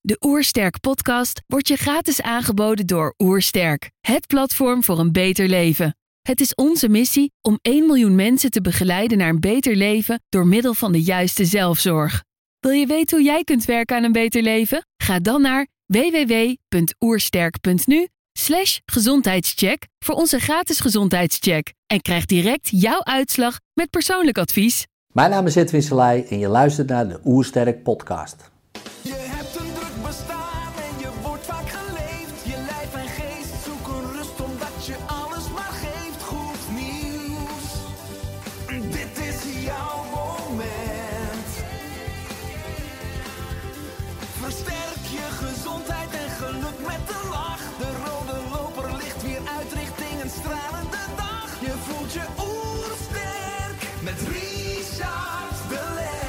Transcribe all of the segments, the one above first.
De Oersterk podcast wordt je gratis aangeboden door Oersterk, het platform voor een beter leven. Het is onze missie om 1 miljoen mensen te begeleiden naar een beter leven door middel van de juiste zelfzorg. Wil je weten hoe jij kunt werken aan een beter leven? Ga dan naar www.oersterk.nu/gezondheidscheck voor onze gratis gezondheidscheck en krijg direct jouw uitslag met persoonlijk advies. Mijn naam is Edwin Selei en je luistert naar de Oersterk podcast. Je hebt een druk bestaan en je wordt vaak geleefd. Je lijf en geest zoeken rust omdat je alles maar geeft. Goed nieuws, dit is jouw moment. Versterk je gezondheid en geluk met de lach. De rode loper ligt weer uit richting een stralende dag. Je voelt je oersterk met Richard de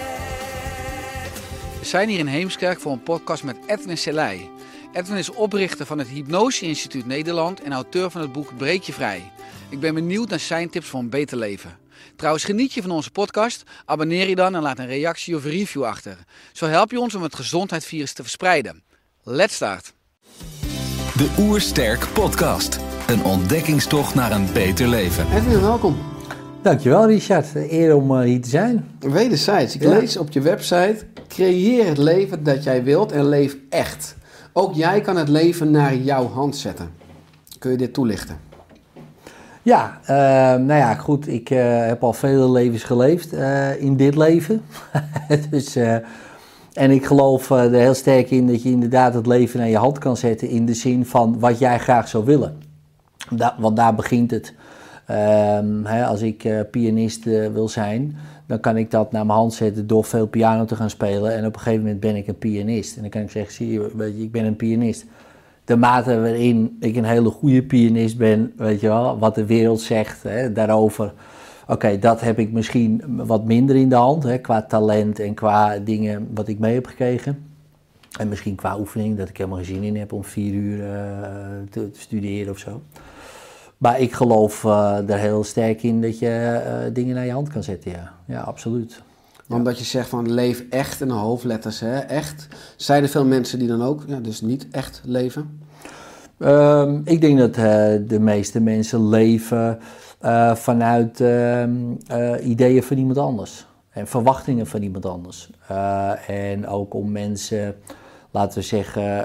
Laat. We zijn hier in Heemskerk voor een podcast met Edwin Selei. Edwin is oprichter van het Hypnose Instituut Nederland en auteur van het boek Breek je vrij. Ik ben benieuwd naar zijn tips voor een beter leven. Trouwens, geniet je van onze podcast? Abonneer je dan en laat een reactie of een review achter. Zo help je ons om het gezondheidsvirus te verspreiden. Let's start! De Oersterk podcast. Een ontdekkingstocht naar een beter leven. Edwin, welkom. Dankjewel Richard, eer om hier te zijn. Wederzijds. Ik lees op je website: creëer het leven dat jij wilt en leef echt. Ook jij kan het leven naar jouw hand zetten. Kun je dit toelichten? Ja, goed, ik heb al vele levens geleefd in dit leven. Dus, en ik geloof er heel sterk in dat je inderdaad het leven naar je hand kan zetten in de zin van wat jij graag zou willen. Want daar begint het. Als ik pianist wil zijn, dan kan ik dat naar mijn hand zetten door veel piano te gaan spelen. En op een gegeven moment ben ik een pianist. En dan kan ik zeggen, zie je, weet je, ik ben een pianist. De mate waarin ik een hele goede pianist ben, weet je wel, wat de wereld zegt daarover. Oké, dat heb ik misschien wat minder in de hand, qua talent en qua dingen wat ik mee heb gekregen. En misschien qua oefening, dat ik helemaal geen zin in heb om 4 uur te studeren of zo. Maar ik geloof er heel sterk in dat je dingen naar je hand kan zetten, ja. Ja, absoluut. Omdat je zegt van leef echt in de hoofdletters, hè? Echt. Zijn er veel mensen die dan ook dus niet echt leven? Ik denk dat de meeste mensen leven vanuit ideeën van iemand anders. En verwachtingen van iemand anders. En ook om mensen, laten we zeggen,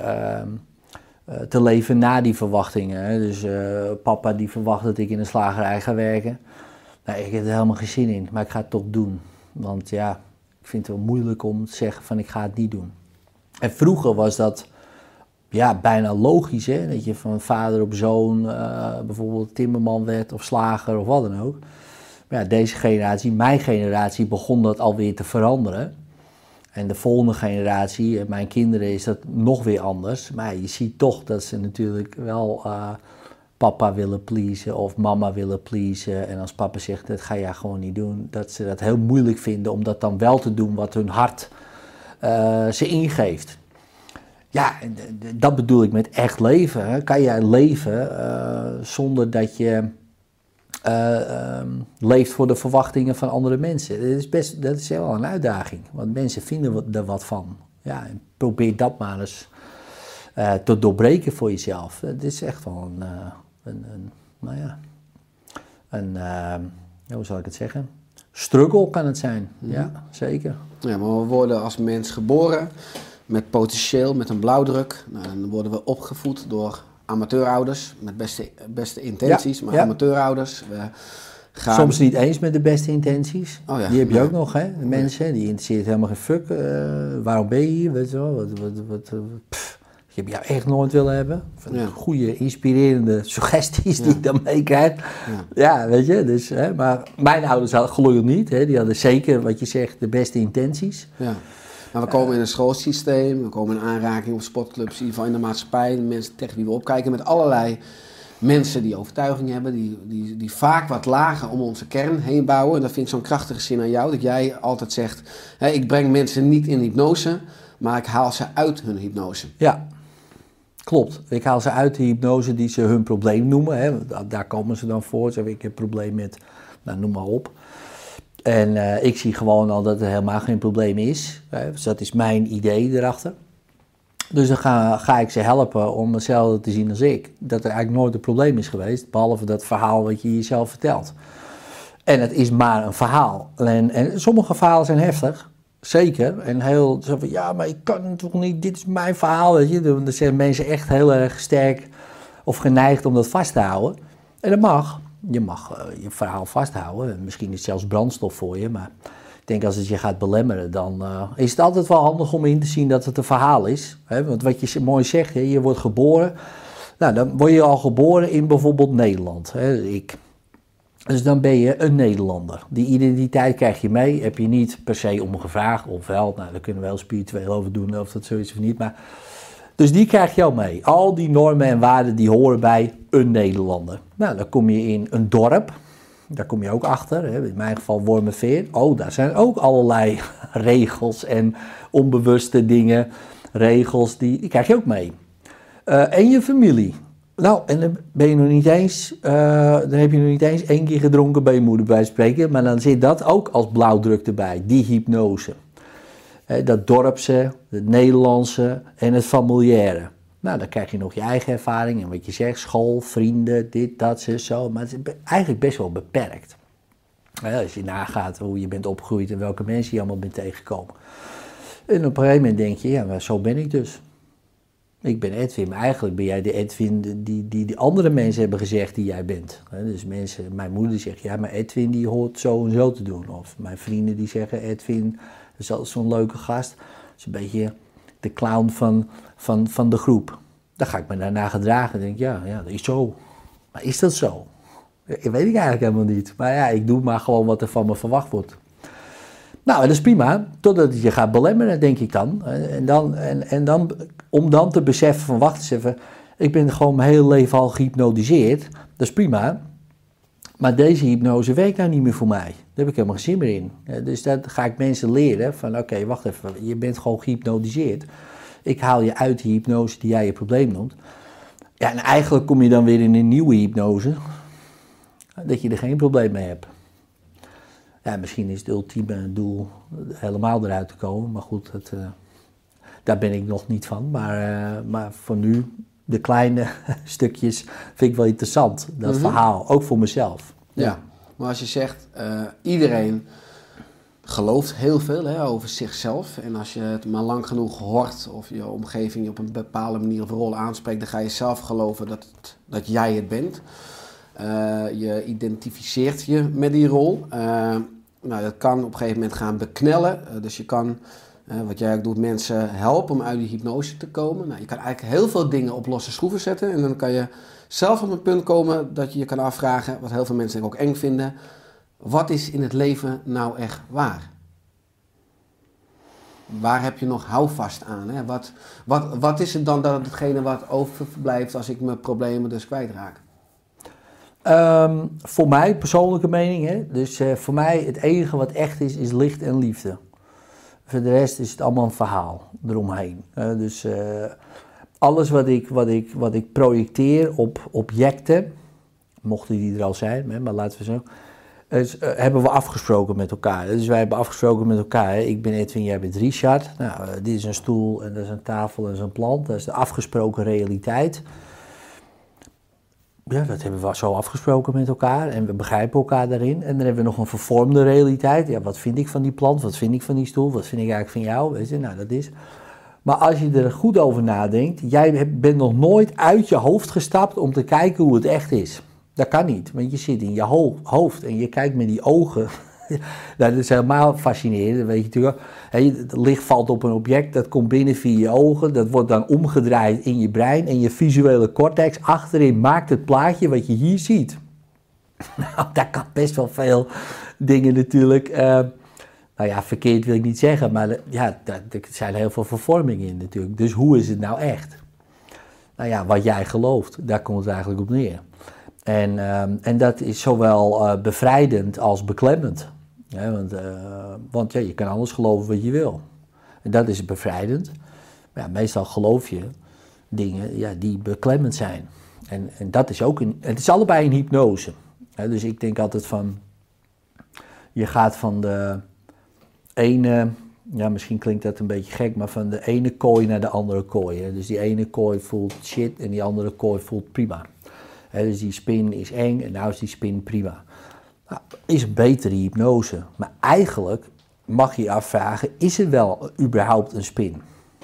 te leven na die verwachtingen. Hè. Dus papa die verwacht dat ik in een slagerij ga werken. Nou, ik heb er helemaal geen zin in, maar ik ga het toch doen. Want ja, ik vind het wel moeilijk om te zeggen van ik ga het niet doen. En vroeger was dat bijna logisch, hè? Dat je van vader op zoon bijvoorbeeld timmerman werd of slager of wat dan ook. Maar ja, deze generatie, mijn generatie, begon dat alweer te veranderen. En de volgende generatie, mijn kinderen, is dat nog weer anders. Maar je ziet toch dat ze natuurlijk wel papa willen pleasen of mama willen pleasen. En als papa zegt, dat ga je gewoon niet doen, dat ze dat heel moeilijk vinden om dat dan wel te doen wat hun hart ze ingeeft. Ja, dat bedoel ik met echt leven. Hè. Kan jij leven zonder dat je leeft voor de verwachtingen van andere mensen? Dat is wel een uitdaging, want mensen vinden er wat van. Ja, en probeer dat maar eens te doorbreken voor jezelf. Het is echt wel hoe zal ik het zeggen? Struggle kan het zijn, ja, zeker. Ja, maar we worden als mens geboren met potentieel, met een blauwdruk. Nou, dan worden we opgevoed door amateurouders met beste intenties, maar amateurouders. We gaan... Soms niet eens met de beste intenties. Oh ja, die heb je ook nog, hè? De mensen, die interesseert helemaal geen fuck. Waarom ben je hier? Weet je wel? Je hebt jou echt nooit willen hebben. Van goede, inspirerende suggesties die ik dan meekrijg. Ja, weet je. Dus, maar mijn ouders hadden gelukkig niet. Hè? Die hadden zeker, wat je zegt, de beste intenties. Ja. Maar we komen in een schoolsysteem, we komen in aanraking op sportclubs, in ieder geval in de maatschappij, de mensen tegen wie we opkijken, met allerlei mensen die overtuiging hebben, die vaak wat lager om onze kern heen bouwen. En dat vind ik zo'n krachtige zin aan jou, dat jij altijd zegt, ik breng mensen niet in hypnose, maar ik haal ze uit hun hypnose. Ja, klopt. Ik haal ze uit de hypnose die ze hun probleem noemen. Hè. Daar komen ze dan voor. Zeg, ik heb een probleem met, noem maar op. En ik zie gewoon al dat er helemaal geen probleem is. Dus dat is mijn idee erachter. Dus dan ga ik ze helpen om hetzelfde te zien als ik. Dat er eigenlijk nooit een probleem is geweest, behalve dat verhaal wat je jezelf vertelt. En het is maar een verhaal. En sommige verhalen zijn heftig, zeker. En heel zo van, ja, maar ik kan toch niet, dit is mijn verhaal, weet je. Dan zijn mensen echt heel erg sterk of geneigd om dat vast te houden. En dat mag. Je mag je verhaal vasthouden. Misschien is het zelfs brandstof voor je, maar ik denk als het je gaat belemmeren, dan is het altijd wel handig om in te zien dat het een verhaal is. Hè? Want wat je mooi zegt, hè, je wordt geboren. Nou, dan word je al geboren in bijvoorbeeld Nederland. Hè, Dus dan ben je een Nederlander. Die identiteit krijg je mee, heb je niet per se om gevraagd, of wel. Nou, daar kunnen we heel spiritueel over doen, of dat zoiets of niet. Maar, dus die krijg je al mee. Al die normen en waarden die horen bij een Nederlander. Nou, dan kom je in een dorp. Daar kom je ook achter, hè. In mijn geval Wormerveer. Oh, daar zijn ook allerlei regels en onbewuste dingen, regels, die krijg je ook mee. En je familie. Nou, en dan ben je nog niet eens, dan heb je nog niet eens 1 keer gedronken bij je moeder bij spreken, maar dan zit dat ook als blauwdruk erbij, die hypnose. Dat dorpse, het Nederlandse en het familiaire. Nou, dan krijg je nog je eigen ervaring en wat je zegt, school, vrienden, dit, dat, zo. Maar het is eigenlijk best wel beperkt. Als je nagaat hoe je bent opgegroeid en welke mensen je allemaal bent tegengekomen. En op een gegeven moment denk je, ja, maar zo ben ik dus. Ik ben Edwin, maar eigenlijk ben jij de Edwin die andere mensen hebben gezegd die jij bent. Dus mensen, mijn moeder zegt, ja, maar Edwin die hoort zo en zo te doen. Of mijn vrienden die zeggen, Edwin is altijd zo'n leuke gast. Dat is een beetje de clown van de groep. Dan ga ik me daarna gedragen en denk, ja, dat is zo. Maar is dat zo? Dat weet ik eigenlijk helemaal niet. Maar ja, ik doe maar gewoon wat er van me verwacht wordt. Nou, dat is prima, totdat het je gaat belemmeren, denk ik dan. En dan, om dan te beseffen van, wacht eens even, ik ben gewoon mijn hele leven al gehypnotiseerd. Dat is prima, maar deze hypnose werkt nou niet meer voor mij. Daar heb ik helemaal geen zin meer in. Dus dat ga ik mensen leren van, oké, wacht even, je bent gewoon gehypnotiseerd. Ik haal je uit die hypnose die jij je probleem noemt. Ja, en eigenlijk kom je dan weer in een nieuwe hypnose, dat je er geen probleem mee hebt. Ja, misschien is het ultieme doel helemaal eruit te komen, maar goed, daar ben ik nog niet van. Maar voor nu, de kleine stukjes, vind ik wel interessant, dat verhaal, ook voor mezelf. Ja, maar als je zegt, iedereen gelooft heel veel over zichzelf. En als je het maar lang genoeg hoort of je omgeving je op een bepaalde manier of rol aanspreekt, dan ga je zelf geloven dat jij het bent. Je identificeert je met die rol. Nou, dat kan op een gegeven moment gaan beknellen. Dus je kan, wat jij ook doet, mensen helpen om uit die hypnose te komen. Nou, je kan eigenlijk heel veel dingen op losse schroeven zetten. En dan kan je zelf op een punt komen dat je je kan afvragen, wat heel veel mensen ook eng vinden. Wat is in het leven nou echt waar? Waar heb je nog houvast aan? Hè? Wat is het dan dat hetgene wat overblijft als ik mijn problemen dus kwijtraak? Voor mij, persoonlijke mening, hè? Dus voor mij het enige wat echt is licht en liefde. Voor de rest is het allemaal een verhaal eromheen. Dus alles wat ik projecteer op objecten, mochten die er al zijn, hè, maar laten we zo, hebben we afgesproken met elkaar. Dus wij hebben afgesproken met elkaar, hè? Ik ben Edwin, jij bent Richard. Nou, dit is een stoel en dat is een tafel en dat is een plant. Dat is de afgesproken realiteit. Ja, dat hebben we zo afgesproken met elkaar en we begrijpen elkaar daarin. En dan hebben we nog een vervormde realiteit. Ja, wat vind ik van die plant? Wat vind ik van die stoel? Wat vind ik eigenlijk van jou? Weet je, nou dat is. Maar als je er goed over nadenkt, jij bent nog nooit uit je hoofd gestapt om te kijken hoe het echt is. Dat kan niet, want je zit in je hoofd en je kijkt met die ogen. Nou, dat is helemaal fascinerend, dat weet je natuurlijk. Het licht valt op een object, dat komt binnen via je ogen, dat wordt dan omgedraaid in je brein en je visuele cortex achterin maakt het plaatje wat je hier ziet. Nou, daar kan best wel veel dingen natuurlijk, nou ja, verkeerd wil ik niet zeggen, maar ja, er zijn heel veel vervormingen in natuurlijk. Dus hoe is het nou echt? Nou ja, wat jij gelooft, daar komt het eigenlijk op neer. En dat is zowel bevrijdend als beklemmend. Ja, want ja, je kan alles geloven wat je wil. En dat is bevrijdend. Maar ja, meestal geloof je dingen die beklemmend zijn. En dat is ook het is allebei een hypnose. Ja, dus ik denk altijd van, je gaat van de ene ja, misschien klinkt dat een beetje gek, maar van de ene kooi naar de andere kooi. Hè. Dus die ene kooi voelt shit en die andere kooi voelt prima. Hè, dus die spin is eng en nou is die spin prima. Nou, is een betere hypnose. Maar eigenlijk mag je je afvragen, is er wel überhaupt een spin?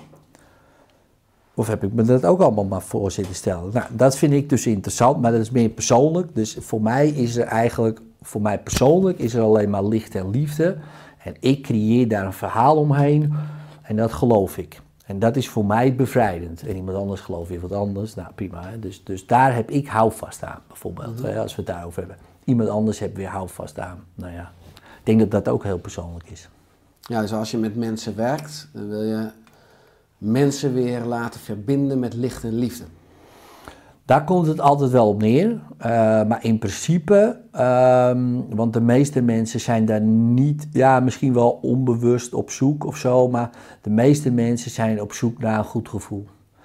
Of heb ik me dat ook allemaal maar voor zitten stellen? Nou, dat vind ik dus interessant, maar dat is meer persoonlijk. Dus voor mij persoonlijk is er alleen maar licht en liefde. En ik creëer daar een verhaal omheen en dat geloof ik. En dat is voor mij bevrijdend. En iemand anders gelooft weer wat anders. Nou, prima. Hè? Dus daar heb ik houvast aan, bijvoorbeeld. Hè, als we het daarover hebben. Iemand anders heeft weer houvast aan. Nou ja, ik denk dat dat ook heel persoonlijk is. Ja, dus als je met mensen werkt, dan wil je mensen weer laten verbinden met licht en liefde. Daar komt het altijd wel op neer. Maar in principe, want de meeste mensen zijn daar niet, ja, misschien wel onbewust op zoek of zo, maar de meeste mensen zijn op zoek naar een goed gevoel.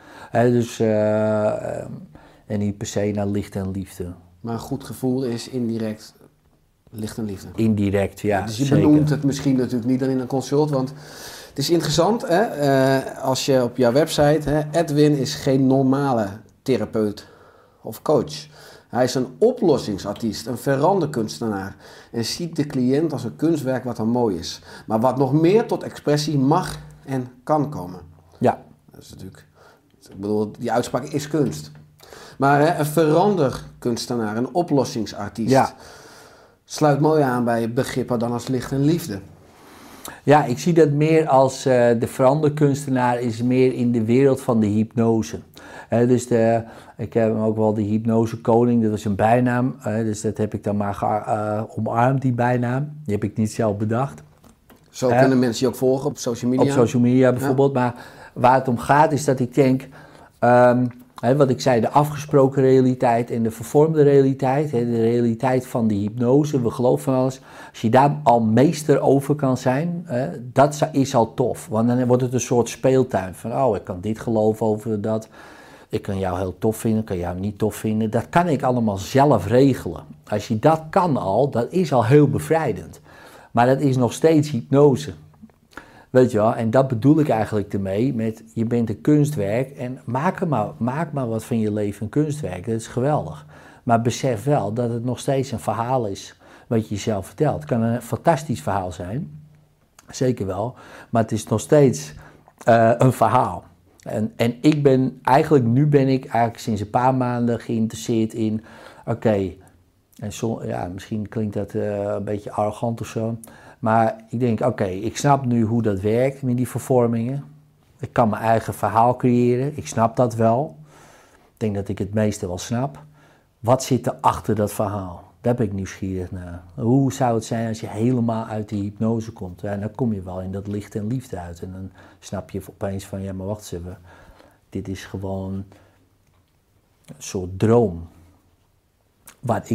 En niet per se naar licht en liefde. Maar een goed gevoel is indirect licht en liefde. Indirect, ja. Dus je zeker. benoemt het misschien natuurlijk niet dan in een consult, want het is interessant, hè? Als je op jouw website, hè, Edwin is geen normale therapeut of coach. Hij is een oplossingsartiest, een veranderkunstenaar en ziet de cliënt als een kunstwerk wat dan mooi is. Maar wat nog meer tot expressie mag en kan komen. Ja. Dat is natuurlijk, ik bedoel, die uitspraak is kunst. Maar hè, een veranderkunstenaar, een oplossingsartiest, Ja. sluit mooi aan bij begrippen dan als licht en liefde. Ja, ik zie dat meer als de veranderkunstenaar is meer in de wereld van de hypnose. Dus ik heb hem ook wel de hypnosekoning, dat was een bijnaam. Dus dat heb ik dan maar omarmd, die bijnaam. Die heb ik niet zelf bedacht. Zo kunnen mensen je ook volgen op social media. Op social media bijvoorbeeld. Ja. Maar waar het om gaat is dat ik denk, wat ik zei, de afgesproken realiteit en de vervormde realiteit. De realiteit van de hypnose, we geloven van alles. Als je daar al meester over kan zijn, dat is al tof. Want dan wordt het een soort speeltuin van, oh, ik kan dit geloven over dat. Ik kan jou heel tof vinden, ik kan jou niet tof vinden. Dat kan ik allemaal zelf regelen. Als je dat kan al, dat is al heel bevrijdend. Maar dat is nog steeds hypnose. Weet je wel, en dat bedoel ik eigenlijk ermee met, je bent een kunstwerk en maak maar wat van je leven een kunstwerk. Dat is geweldig. Maar besef wel dat het nog steeds een verhaal is wat je jezelf vertelt. Het kan een fantastisch verhaal zijn, zeker wel, maar het is nog steeds een verhaal. En nu ben ik eigenlijk sinds een paar maanden geïnteresseerd in, misschien klinkt dat een beetje arrogant of zo, maar ik denk, ik snap nu hoe dat werkt met die vervormingen. Ik kan mijn eigen verhaal creëren, ik snap dat wel. Ik denk dat ik het meeste wel snap. Wat zit er achter dat verhaal? Daar ben ik nieuwsgierig naar. Hoe zou het zijn als je helemaal uit de hypnose komt? Ja, dan kom je wel in dat licht en liefde uit. En dan snap je opeens van, ja, maar wacht eens even. Dit is gewoon een soort droom. Wat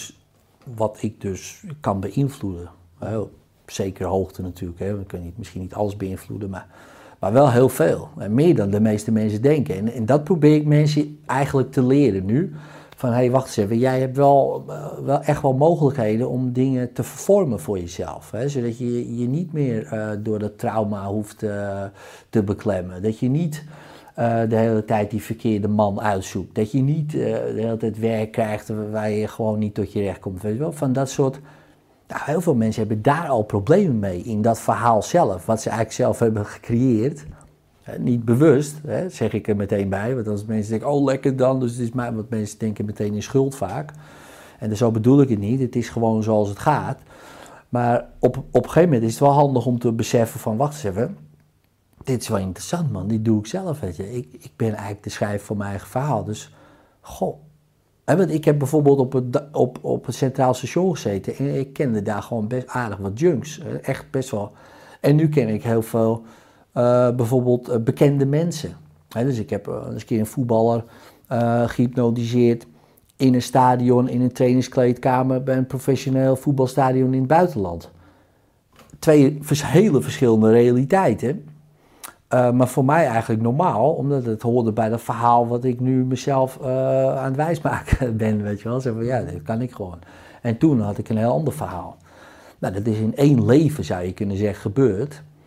ik dus kan beïnvloeden. Op zekere hoogte natuurlijk. Hè. We kunnen misschien niet alles beïnvloeden, maar wel heel veel. En meer dan de meeste mensen denken. En dat probeer ik mensen eigenlijk te leren nu. Van, hé, wacht eens even, jij hebt wel echt wel mogelijkheden om dingen te vervormen voor jezelf. Hè? Zodat je je niet meer door dat trauma hoeft te beklemmen. Dat je niet de hele tijd die verkeerde man uitzoekt. Dat je niet de hele tijd werk krijgt waar je gewoon niet tot je recht komt. Weet je wel? Van dat soort. Nou, heel veel mensen hebben daar al problemen mee in dat verhaal zelf. Wat ze eigenlijk zelf hebben gecreëerd. Niet bewust, zeg ik er meteen bij. Want als mensen denken, oh lekker dan. Dus het is maar, want mensen denken meteen in schuld vaak. En zo bedoel ik het niet. Het is gewoon zoals het gaat. Maar op een gegeven moment is het wel handig om te beseffen van, wacht eens even. Dit is wel interessant man, dit doe ik zelf. Weet je. Ik ben eigenlijk de schrijver van mijn eigen verhaal. Dus, goh. Want ik heb bijvoorbeeld op het Centraal Station gezeten. En ik kende daar gewoon best aardig wat junks. Echt best wel. En nu ken ik heel veel. Bijvoorbeeld bekende mensen. Dus ik heb eens een keer een voetballer gehypnotiseerd in een stadion, in een trainingskleedkamer bij een professioneel voetbalstadion in het buitenland. Twee hele verschillende realiteiten. Maar voor mij eigenlijk normaal, omdat het hoorde bij dat verhaal wat ik nu mezelf aan het wijsmaken ben. Weet je wel, zeg van ja, dat kan ik gewoon. En toen had ik een heel ander verhaal. Nou, dat is in 1 leven, zou je kunnen zeggen, gebeurd.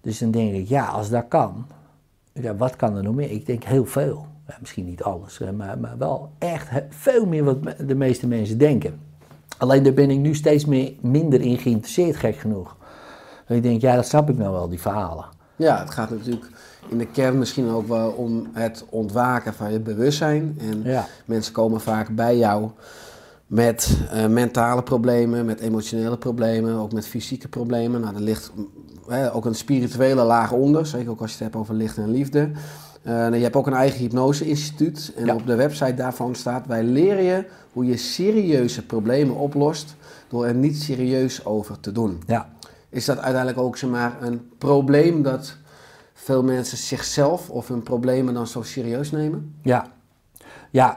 Dus dan denk ik, ja, als dat kan, ja, wat kan er nog meer? Ik denk heel veel. Ja, misschien niet alles, maar wel echt veel meer wat de meeste mensen denken. Alleen daar ben ik nu steeds minder in geïnteresseerd, gek genoeg. En ik denk, ja, dat snap ik nou wel, die verhalen. Ja, het gaat natuurlijk in de kern misschien ook wel om het ontwaken van je bewustzijn. En mensen komen vaak bij jou met mentale problemen, met emotionele problemen, ook met fysieke problemen. Nou, er ligt ook een spirituele laag onder, zeker ook als je het hebt over licht en liefde. Je hebt ook een eigen hypnose-instituut en op de website daarvan staat: wij leren je hoe je serieuze problemen oplost door er niet serieus over te doen. Ja. Is dat uiteindelijk ook een probleem dat veel mensen zichzelf of hun problemen dan zo serieus nemen? Ja,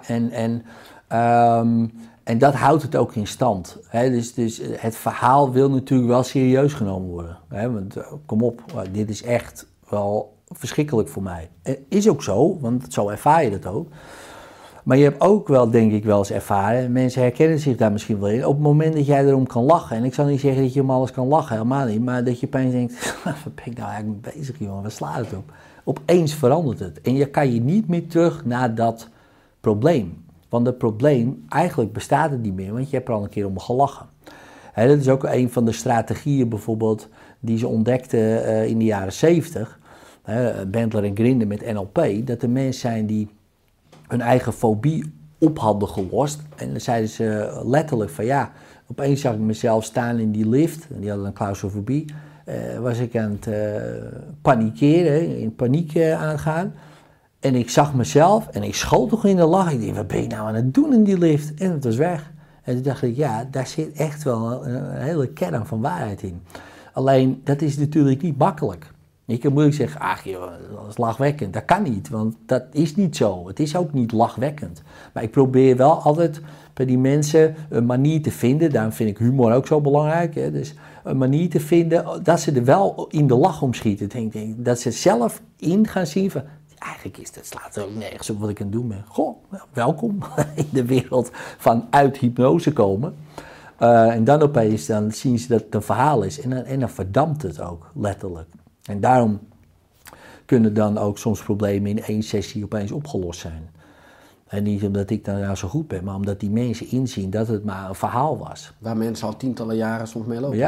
en dat houdt het ook in stand. Hè? Dus het verhaal wil natuurlijk wel serieus genomen worden. Hè? Want kom op, dit is echt wel verschrikkelijk voor mij. Is ook zo, want zo ervaar je dat ook. Maar je hebt ook wel, denk ik, wel eens ervaren, mensen herkennen zich daar misschien wel in, op het moment dat jij erom kan lachen. En ik zal niet zeggen dat je om alles kan lachen, helemaal niet. Maar dat je opeens denkt, wat ben ik nou eigenlijk mee bezig, jongen, waar slaat het op? Opeens verandert het. En je kan je niet meer terug naar dat probleem. Want dat probleem, eigenlijk bestaat het niet meer, want je hebt er al een keer om gelachen. Hè, dat is ook een van de strategieën bijvoorbeeld die ze ontdekten in de jaren 70. Bandler en Grinder met NLP, dat er mensen zijn die hun eigen fobie op hadden gelost. En dan zeiden ze letterlijk van ja, opeens zag ik mezelf staan in die lift, en die hadden een claustrofobie, was ik aan het panikeren, in paniek aangaan. En ik zag mezelf en ik schoot toch in de lach. Ik dacht, wat ben je nou aan het doen in die lift? En het was weg. En toen dacht ik, ja, daar zit echt wel een hele kern van waarheid in. Alleen, dat is natuurlijk niet makkelijk. Je kan moeilijk zeggen, ach joh, dat is lachwekkend. Dat kan niet, want dat is niet zo. Het is ook niet lachwekkend. Maar ik probeer wel altijd bij die mensen een manier te vinden. Daarom vind ik humor ook zo belangrijk. Hè? Dus een manier te vinden dat ze er wel in de lach om schieten. Dat ze zelf in gaan zien van, eigenlijk slaat er ook nergens op wat ik aan het doen ben. Goh, welkom in de wereld van uit hypnose komen. En dan opeens zien ze dat het een verhaal is. En dan verdampt het ook, letterlijk. En daarom kunnen dan ook soms problemen in 1 sessie opeens opgelost zijn. En niet omdat ik daar nou zo goed ben, maar omdat die mensen inzien dat het maar een verhaal was. Waar mensen al tientallen jaren soms mee lopen.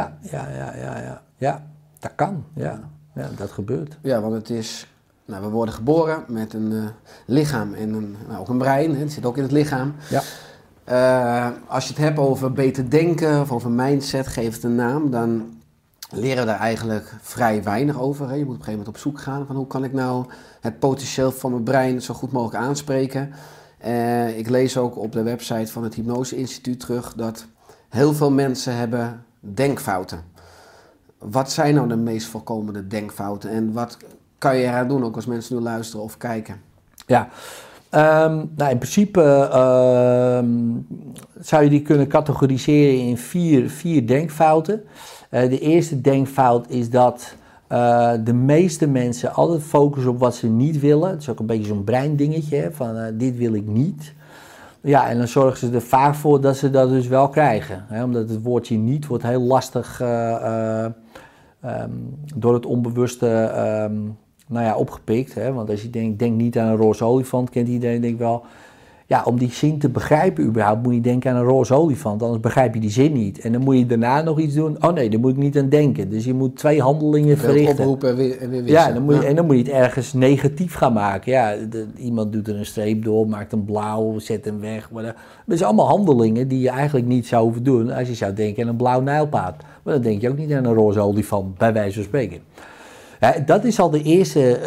Ja, dat kan. Ja, dat gebeurt. Ja, want het is, we worden geboren met een lichaam en ook een brein. Het zit ook in het lichaam. Ja. Als je het hebt over beter denken of over mindset, geef het een naam, dan leren we daar eigenlijk vrij weinig over. Hè? Je moet op een gegeven moment op zoek gaan van hoe kan ik nou het potentieel van mijn brein zo goed mogelijk aanspreken. Ik lees ook op de website van het Hypnose Instituut terug dat heel veel mensen hebben denkfouten. Wat zijn nou de meest voorkomende denkfouten en wat kan je eraan doen ook als mensen nu luisteren of kijken? Ja, in principe zou je die kunnen categoriseren in vier denkfouten. De eerste denkfout is dat de meeste mensen altijd focussen op wat ze niet willen. Het is ook een beetje zo'n breindingetje, hè, van dit wil ik niet. Ja, en dan zorgen ze er vaak voor dat ze dat dus wel krijgen. Hè, omdat het woordje niet wordt heel lastig door het onbewuste opgepikt. Hè. Want als je denk niet aan een roze olifant, kent iedereen denk ik wel. Ja, om die zin te begrijpen überhaupt moet je denken aan een roze olifant, anders begrijp je die zin niet. En dan moet je daarna nog iets doen. Oh nee, daar moet ik niet aan denken. Dus je moet 2 handelingen verrichten. Oproepen en weer wissen. Ja, en dan moet je het ergens negatief gaan maken. Ja, iemand doet er een streep door, maakt hem blauw, zet hem weg. Dat zijn allemaal handelingen die je eigenlijk niet zou hoeven doen als je zou denken aan een blauw nijlpaard. Maar dan denk je ook niet aan een roze olifant, bij wijze van spreken. Ja, dat is al de eerste,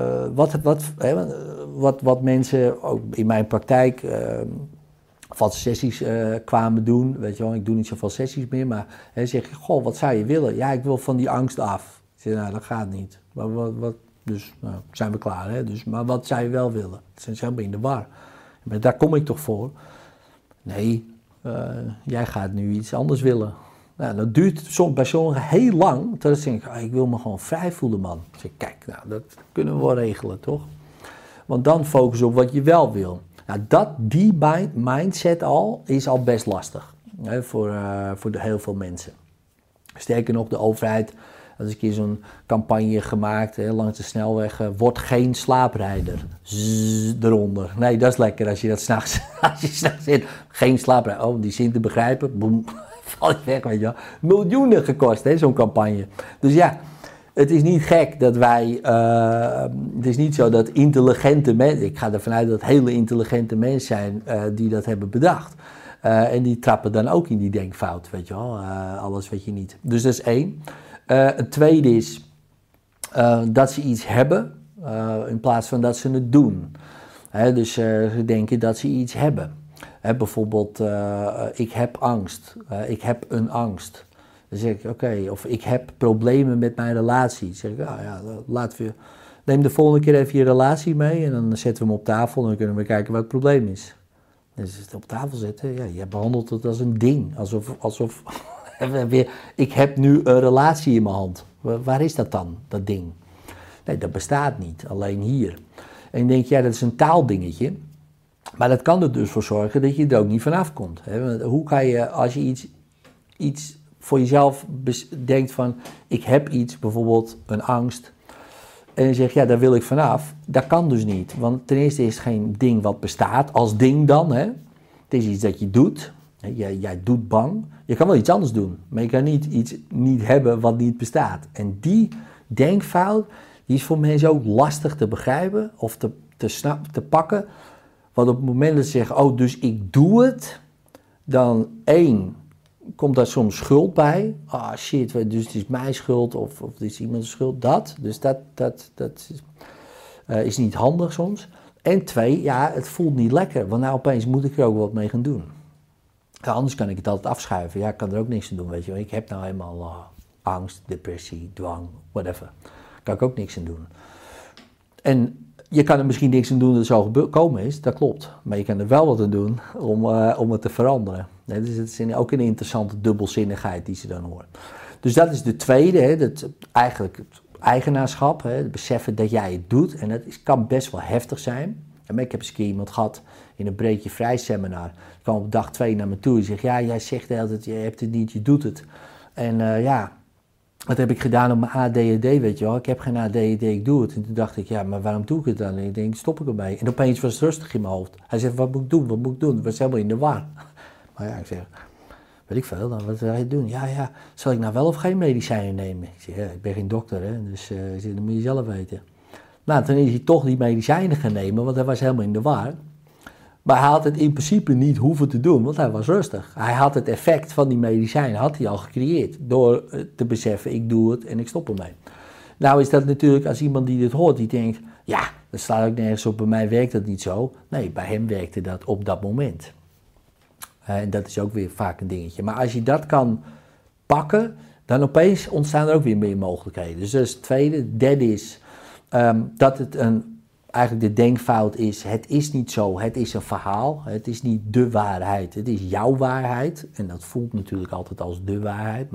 wat mensen, ook in mijn praktijk, valse sessies kwamen doen. Weet je wel, ik doe niet zoveel sessies meer, maar zeg je, goh, wat zou je willen? Ja, ik wil van die angst af. Ik zeg, nou, dat gaat niet. Maar dus, nou, zijn we klaar, hè? Dus, maar wat zou je wel willen? Ze zijn helemaal in de war. Maar daar kom ik toch voor? Nee, jij gaat nu iets anders willen. Nou, dat duurt bij sommigen heel lang, totdat ze denken, ik wil me gewoon vrij voelen, man. Ik zeg, kijk, nou, dat kunnen we wel regelen, toch? Want dan focussen op wat je wel wil. Nou, die mindset is al best lastig, hè, voor heel veel mensen. Sterker nog, de overheid Dat is een keer zo'n campagne gemaakt langs de snelweg. Word geen slaaprijder. Zzz, eronder. Nee, dat is lekker als je dat s'nachts zit. Geen slaaprijder. Oh, die zin te begrijpen. Boem, val je weg, weet je wel. Miljoenen gekost, zo'n campagne. Dus ja, het is niet gek dat wij... het is niet zo dat intelligente mensen... Ik ga ervan uit dat hele intelligente mensen zijn die dat hebben bedacht. En die trappen dan ook in die denkfout, weet je wel. Alles weet je niet. Dus dat is 1. Het tweede is dat ze iets hebben in plaats van dat ze het doen. Dus ze denken dat ze iets hebben. Bijvoorbeeld, ik heb angst. Ik heb een angst. Dan zeg ik, oké, of ik heb problemen met mijn relatie. Dan zeg ik, neem de volgende keer even je relatie mee en dan zetten we hem op tafel en dan kunnen we kijken wat het probleem is. Dus het op tafel zetten, ja, je behandelt het als een ding. Alsof ik heb nu een relatie in mijn hand. Waar is dat dan, dat ding? Nee, dat bestaat niet, alleen hier. En je denkt, ja, dat is een taaldingetje. Maar dat kan er dus voor zorgen dat je er ook niet vanaf komt. Hoe kan je, als je iets voor jezelf denkt van, ik heb iets, bijvoorbeeld een angst... En je zegt, ja, daar wil ik vanaf. Dat kan dus niet. Want ten eerste is het geen ding wat bestaat, als ding dan. Het is iets dat je doet. Jij doet bang. Je kan wel iets anders doen. Maar je kan niet iets niet hebben wat niet bestaat. En die denkfout, die is voor mensen ook lastig te begrijpen of te pakken. Want op het moment dat ze zeggen, oh, dus ik doe het. Dan 1, komt daar soms schuld bij. Ah, shit, dus het is mijn schuld of het is iemands schuld. Dus dat is niet handig soms. En 2, ja, het voelt niet lekker. Want nou opeens moet ik er ook wat mee gaan doen. Ja, anders kan ik het altijd afschuiven. Ja, ik kan er ook niks aan doen, weet je wel. Ik heb nou eenmaal angst, depressie, dwang, whatever. Daar kan ik ook niks aan doen. En je kan er misschien niks aan doen dat het zo gekomen is, dat klopt. Maar je kan er wel wat aan doen om het te veranderen. Dus het is ook een interessante dubbelzinnigheid die ze dan horen. Dus dat is de tweede, eigenlijk het eigenaarschap, het beseffen dat jij het doet. En dat kan best wel heftig zijn. Ik heb eens een keer iemand gehad in een Breek je Vrij seminar. Die kwam op dag 2 naar me toe en zegt, ja, jij zegt altijd, je hebt het niet, je doet het. En wat heb ik gedaan op mijn ADHD, weet je wel. Ik heb geen ADHD, ik doe het. En toen dacht ik, ja, maar waarom doe ik het dan? En ik denk, stop ik erbij. En opeens was het rustig in mijn hoofd. Hij zegt, wat moet ik doen, wat moet ik doen? Ik was helemaal in de war. Maar ja, ik zeg, weet ik veel, dan wat ga je doen? Ja, zal ik nou wel of geen medicijnen nemen? Ik zeg, ja, ik ben geen dokter, hè. Dus dat moet je zelf weten. Nou, toen is hij toch die medicijnen gaan nemen, want hij was helemaal in de war. Maar hij had het in principe niet hoeven te doen, want hij was rustig. Hij had het effect van die medicijnen had hij al gecreëerd door te beseffen, ik doe het en ik stop ermee. Nou is dat natuurlijk, als iemand die dit hoort, die denkt, ja, dat staat ook nergens op, bij mij werkt dat niet zo. Nee, bij hem werkte dat op dat moment. En dat is ook weer vaak een dingetje. Maar als je dat kan pakken, dan opeens ontstaan er ook weer meer mogelijkheden. Dus dat is het tweede. Derde is dat het eigenlijk de denkfout is, het is niet zo, het is een verhaal. Het is niet de waarheid, het is jouw waarheid. En dat voelt natuurlijk altijd als de waarheid.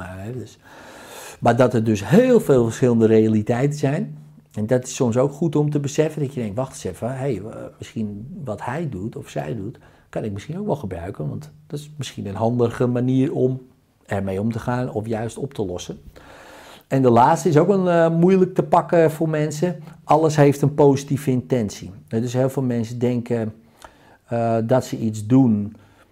Maar dat er dus heel veel verschillende realiteiten zijn. En dat is soms ook goed om te beseffen, dat je denkt, wacht eens even, misschien wat hij doet of zij doet, kan ik misschien ook wel gebruiken, want dat is misschien een handige manier om ermee om te gaan of juist op te lossen. En de laatste is ook een moeilijk te pakken voor mensen. Alles heeft een positieve intentie. Dus heel veel mensen denken dat ze iets doen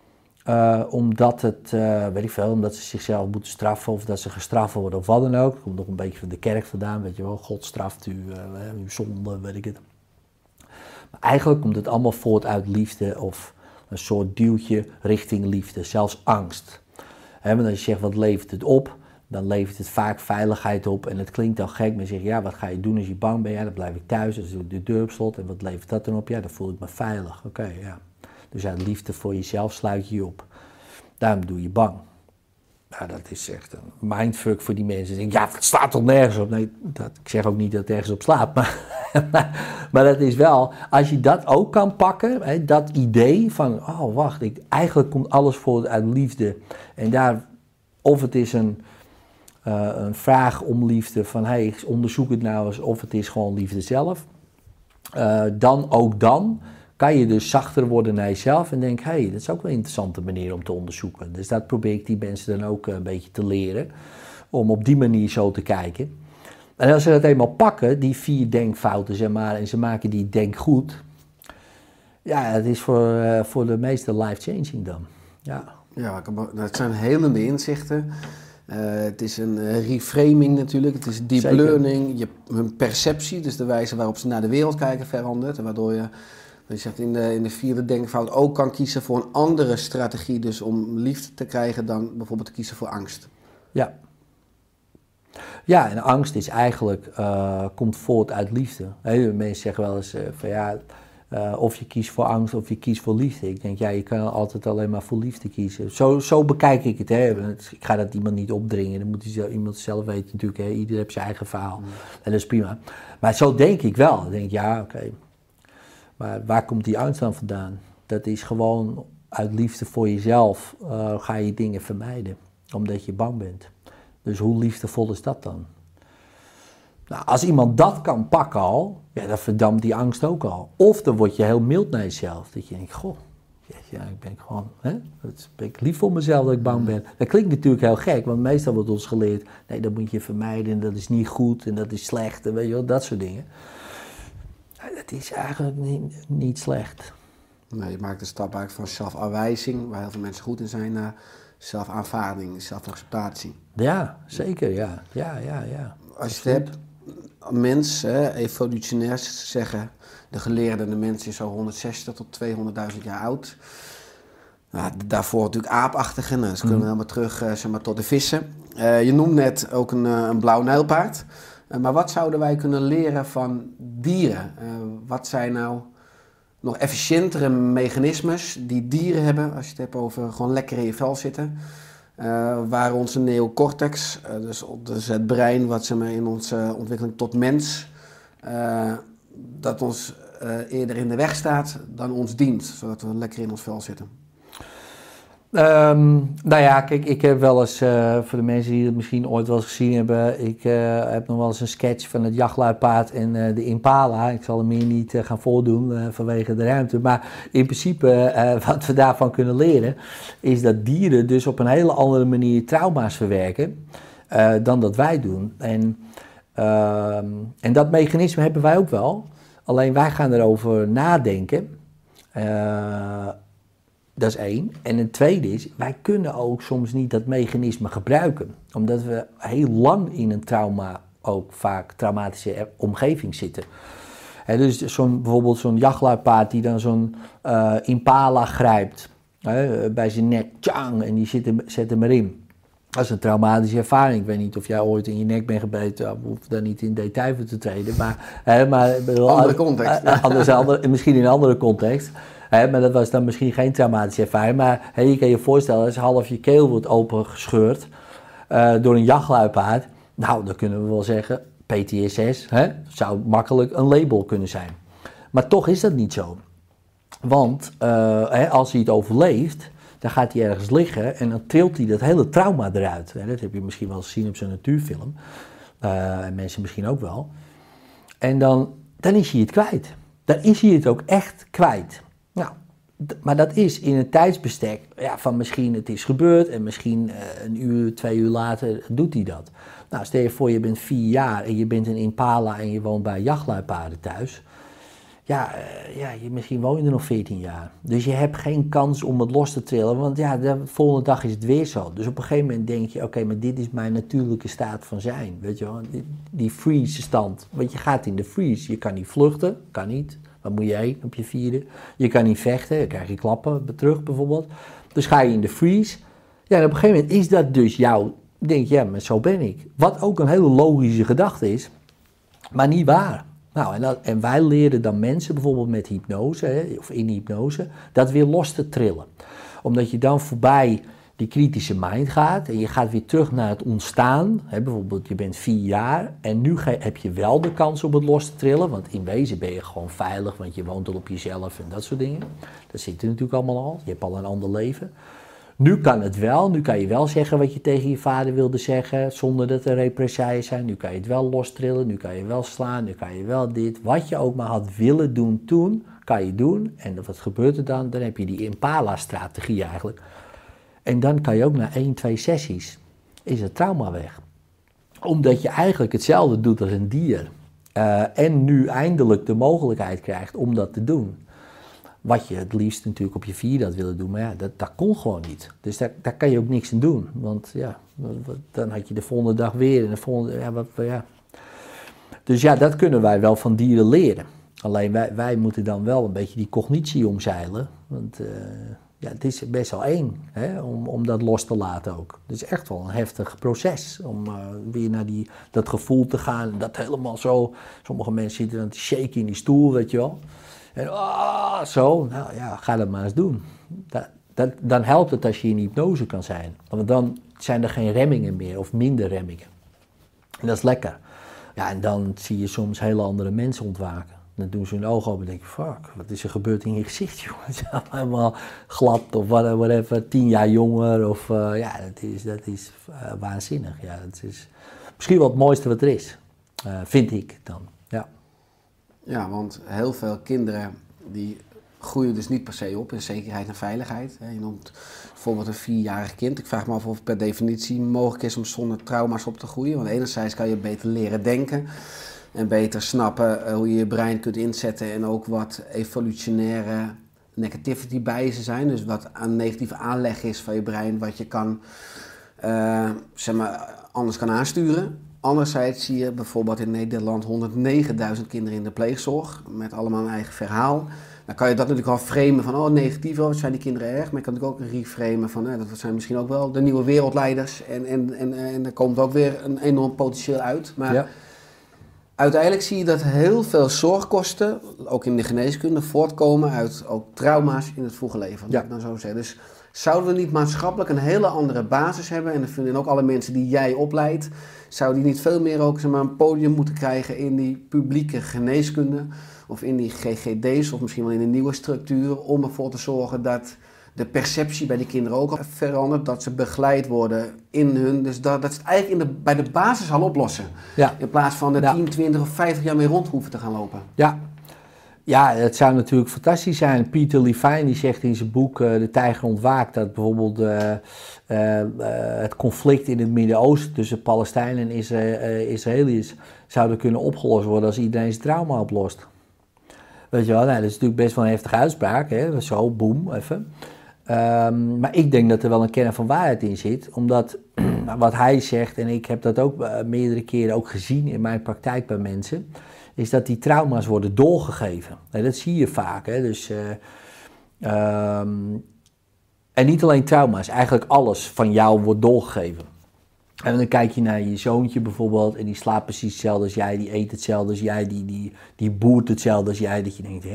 omdat omdat ze zichzelf moeten straffen of dat ze gestraft worden of wat dan ook. Dat komt nog een beetje van de kerk vandaan, weet je wel. God straft u, uw zonde, weet ik het. Maar eigenlijk komt het allemaal voort uit liefde of een soort duwtje richting liefde, zelfs angst. Want als je zegt, wat levert het op? Dan levert het vaak veiligheid op en het klinkt dan gek, maar je zegt, ja, wat ga je doen als je bang bent? Ja, dan blijf ik thuis, dan doe ik de deur op slot en wat levert dat dan op? Ja, dan voel ik me veilig. Oké, ja. Dus uit liefde voor jezelf sluit je je op. Daarom doe je bang. Nou, dat is echt een mindfuck voor die mensen. Die denken, ja, het staat toch nergens op? Nee, ik zeg ook niet dat het ergens op slaat, maar dat is wel, als je dat ook kan pakken, dat idee van, oh wacht, eigenlijk komt alles voort uit liefde. En daar, of het is een vraag om liefde, van onderzoek het nou eens, of het is gewoon liefde zelf. Dan kan je dus zachter worden naar jezelf en denk, dat is ook wel een interessante manier om te onderzoeken. Dus dat probeer ik die mensen dan ook een beetje te leren. om op die manier zo te kijken. En als ze dat eenmaal pakken, die 4 denkfouten, zeg maar, en ze maken die denk goed, ja, het is voor de meesten life-changing dan. Ja. Ja, het zijn helende inzichten. Het is een reframing natuurlijk, het is deep Zeker. learning, hun perceptie, dus de wijze waarop ze naar de wereld kijken verandert. En waardoor je zegt in de 4e denkfout ook kan kiezen voor een andere strategie, dus om liefde te krijgen dan bijvoorbeeld te kiezen voor angst. Ja. Ja, en angst is eigenlijk, komt voort uit liefde. Mensen zeggen wel eens van ja, of je kiest voor angst of je kiest voor liefde. Ik denk, ja, je kan altijd alleen maar voor liefde kiezen. Zo bekijk ik het. Hè. Ik ga dat iemand niet opdringen. Dan moet iemand zelf weten natuurlijk. Hè. Ieder heeft zijn eigen verhaal. En dat is prima. Maar zo denk ik wel. Ik denk, ja, oké. Maar waar komt die angst dan vandaan? Dat is gewoon uit liefde voor jezelf ga je dingen vermijden. Omdat je bang bent. Dus hoe liefdevol is dat dan? Nou, als iemand dat kan pakken al, ja, dan verdampt die angst ook al. Of dan word je heel mild naar jezelf. Dat je denkt, goh, ja, ik ben gewoon, ben ik lief voor mezelf dat ik bang ben. Dat klinkt natuurlijk heel gek, want meestal wordt ons geleerd, nee, dat moet je vermijden en dat is niet goed en dat is slecht en weet je wel, dat soort dingen. Dat is eigenlijk niet slecht. Nee, je maakt de stap eigenlijk van zelfafwijzing, waar heel veel mensen goed in zijn, naar zelfaanvaarding, zelfacceptatie. Ja, zeker, ja. Als je het hebt, mens, evolutionair zeggen de geleerden, de mens is zo 160 tot 200.000 jaar oud. Nou, daarvoor natuurlijk aapachtige, dus kunnen we helemaal terug zeg maar, tot de vissen. Je noemt net ook een blauw nijlpaard. Maar wat zouden wij kunnen leren van dieren? Wat zijn nou nog efficiëntere mechanismes die dieren hebben, als je het hebt over gewoon lekker in je vel zitten? Waar onze neocortex, dus het brein wat ze maar in onze ontwikkeling tot mens, dat ons eerder in de weg staat dan ons dient, zodat we lekker in ons vel zitten. Nou ja, kijk, ik heb wel eens, voor de mensen die het misschien ooit wel eens gezien hebben, ik heb nog wel eens een sketch van het jachtluipaard en de impala. Ik zal hem hier niet gaan voordoen vanwege de ruimte, maar in principe wat we daarvan kunnen leren, is dat dieren dus op een hele andere manier trauma's verwerken dan dat wij doen. En dat mechanisme hebben wij ook wel, alleen wij gaan erover nadenken. Dat is 1. En een tweede is, wij kunnen ook soms niet dat mechanisme gebruiken. Omdat we heel lang in een ook vaak traumatische omgeving zitten. Dus bijvoorbeeld zo'n jachtluipaard die dan zo'n impala grijpt bij zijn nek, tjang, en die zet hem erin. Dat is een traumatische ervaring. Ik weet niet of jij ooit in je nek bent gebeten, of hoef daar niet in detail voor te treden. Maar Andere context. Misschien in een andere context. Maar dat was dan misschien geen traumatische ervaring. Maar je kan je voorstellen, als half je keel wordt opengescheurd door een jachtluipaard. Nou, dan kunnen we wel zeggen, PTSS zou makkelijk een label kunnen zijn. Maar toch is dat niet zo. Want als hij het overleeft, dan gaat hij ergens liggen en dan trilt hij dat hele trauma eruit. Dat heb je misschien wel eens gezien op zo'n natuurfilm. En mensen misschien ook wel. En dan is hij het kwijt. Dan is hij het ook echt kwijt. Nou, maar dat is in een tijdsbestek van misschien het is gebeurd en misschien een uur, 2 uur later doet hij dat. Nou, stel je voor je bent 4 jaar en je bent een impala en je woont bij jachtluipaarden thuis. Misschien woon je er nog 14 jaar. Dus je hebt geen kans om het los te trillen, want de volgende dag is het weer zo. Dus op een gegeven moment denk je, oké, maar dit is mijn natuurlijke staat van zijn. Weet je wel, die freeze stand. Want je gaat in de freeze, je kan niet vluchten, kan niet. Wat moet je heen op je 4e? Je kan niet vechten, dan krijg je klappen terug bijvoorbeeld. Dus ga je in de freeze. Ja, en op een gegeven moment is dat dus jouw, denk je, maar zo ben ik. Wat ook een hele logische gedachte is, maar niet waar. Nou, en wij leren dan mensen bijvoorbeeld met hypnose, of in hypnose, dat weer los te trillen. Omdat je dan voorbij die kritische mind gaat en je gaat weer terug naar het ontstaan. Bijvoorbeeld je bent 4 jaar en nu heb je wel de kans om het los te trillen, want in wezen ben je gewoon veilig, want je woont al op jezelf en dat soort dingen. Dat zit er natuurlijk allemaal al, je hebt al een ander leven. Nu kan het wel, nu kan je wel zeggen wat je tegen je vader wilde zeggen, zonder dat er represailles zijn. Nu kan je het wel lostrillen, nu kan je wel slaan, nu kan je wel dit. Wat je ook maar had willen doen toen, kan je doen. En wat gebeurt er dan? Dan heb je die impala-strategie eigenlijk. En dan kan je ook na 1, 2 sessies, is het trauma weg. Omdat je eigenlijk hetzelfde doet als een dier. En nu eindelijk de mogelijkheid krijgt om dat te doen. Wat je het liefst natuurlijk op je 4 had willen doen, maar ja, dat kon gewoon niet. Dus daar kan je ook niks aan doen. Want ja, dan had je de volgende dag weer en de volgende... Ja. Dus ja, dat kunnen wij wel van dieren leren. Alleen wij moeten dan wel een beetje die cognitie omzeilen. Want het is best wel eng, hè, om dat los te laten ook. Het is echt wel een heftig proces om weer naar dat gevoel te gaan. En dat helemaal zo, sommige mensen zitten dan te shaken in die stoel, weet je wel. En zo, nou ja, ga dat maar eens doen. Dan helpt het als je in hypnose kan zijn. Want dan zijn er geen remmingen meer of minder remmingen. En dat is lekker. Ja, en dan zie je soms hele andere mensen ontwaken. Dan doen ze hun ogen open en denk je, fuck, wat is er gebeurd in je gezicht, jongen? Het is helemaal glad of whatever, 10 jaar jonger. Of, dat is waanzinnig. Ja, dat is misschien wel het mooiste wat er is, vind ik dan. Ja. Ja, want heel veel kinderen die groeien dus niet per se op in zekerheid en veiligheid. Je noemt bijvoorbeeld een 4-jarig kind. Ik vraag me af of het per definitie mogelijk is om zonder trauma's op te groeien. Want enerzijds kan je beter leren denken en beter snappen hoe je je brein kunt inzetten en ook wat evolutionaire negativity biases zijn. Dus wat een negatieve aanleg is van je brein, wat je kan, anders kan aansturen. Anderzijds zie je bijvoorbeeld in Nederland 109.000 kinderen in de pleegzorg, met allemaal een eigen verhaal. Dan kan je dat natuurlijk wel framen van, negatief, wat zijn die kinderen erg? Maar je kan natuurlijk ook reframen van, dat zijn misschien ook wel de nieuwe wereldleiders. En er komt ook weer een enorm potentieel uit. Maar ja. Uiteindelijk zie je dat heel veel zorgkosten, ook in de geneeskunde, voortkomen uit ook trauma's in het vroege leven. Ja. Dan zo zeggen. Dus zouden we niet maatschappelijk een hele andere basis hebben? En dan vinden ook alle mensen die jij opleidt, zouden die niet veel meer ook een podium moeten krijgen in die publieke geneeskunde? Of in die GGD's, of misschien wel in een nieuwe structuur, om ervoor te zorgen dat de perceptie bij die kinderen ook verandert, dat ze begeleid worden in hun, dus dat ze het eigenlijk bij de basis al oplossen. Ja. In plaats van er 10, 20 of 50 jaar mee rond hoeven te gaan lopen. Ja, het zou natuurlijk fantastisch zijn. Peter Levine die zegt in zijn boek De Tijger ontwaakt dat bijvoorbeeld het conflict in het Midden-Oosten tussen Palestijnen en Israëliërs zouden kunnen opgelost worden als iedereen zijn trauma oplost. Weet je wel, dat is natuurlijk best wel een heftige uitspraak, hè? Zo, boem, even. Maar ik denk dat er wel een kern van waarheid in zit, omdat wat hij zegt, en ik heb dat ook meerdere keren ook gezien in mijn praktijk bij mensen, is dat die trauma's worden doorgegeven. En dat zie je vaak, hè? Dus, en niet alleen trauma's, eigenlijk alles van jou wordt doorgegeven. En dan kijk je naar je zoontje bijvoorbeeld en die slaapt precies hetzelfde als jij, die eet hetzelfde als jij, die boert hetzelfde als jij. Dat je denkt,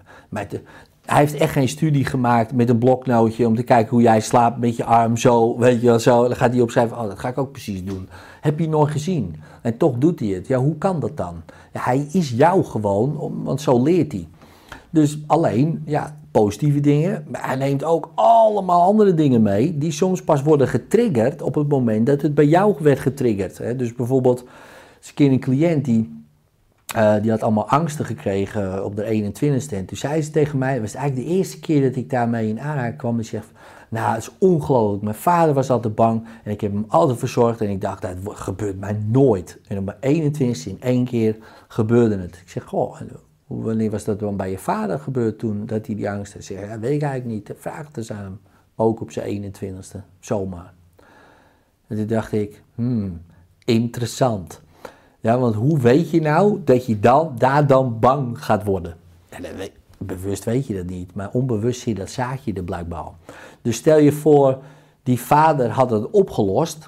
hij heeft echt geen studie gemaakt met een bloknootje om te kijken hoe jij slaapt met je arm zo, weet je wel, zo. Dan gaat hij opschrijven, dat ga ik ook precies doen. Heb je nooit gezien. En toch doet hij het. Ja, hoe kan dat dan? Ja, hij is jou gewoon, want zo leert hij. Dus alleen, ja, positieve dingen, maar hij neemt ook allemaal andere dingen mee die soms pas worden getriggerd op het moment dat het bij jou werd getriggerd. Hè. Dus bijvoorbeeld, eens een keer een cliënt die had allemaal angsten gekregen op de 21ste en toen zei ze tegen mij, het was eigenlijk de eerste keer dat ik daarmee in aanraking kwam en zegt, nou het is ongelooflijk, mijn vader was altijd bang en ik heb hem altijd verzorgd en ik dacht, dat gebeurt mij nooit. En op mijn 21ste in 1 keer gebeurde het. Ik zeg, goh, wanneer was dat dan bij je vader gebeurd toen, dat hij die angst had? Zeg, ja, weet ik eigenlijk niet. Vraag het eens aan hem. Ook op zijn 21ste. Zomaar. En toen dacht ik, interessant. Ja, want hoe weet je nou dat je daar dan bang gaat worden? Ja, bewust weet je dat niet, maar onbewust zie je dat zaadje er blijkbaar al. Dus stel je voor, die vader had het opgelost,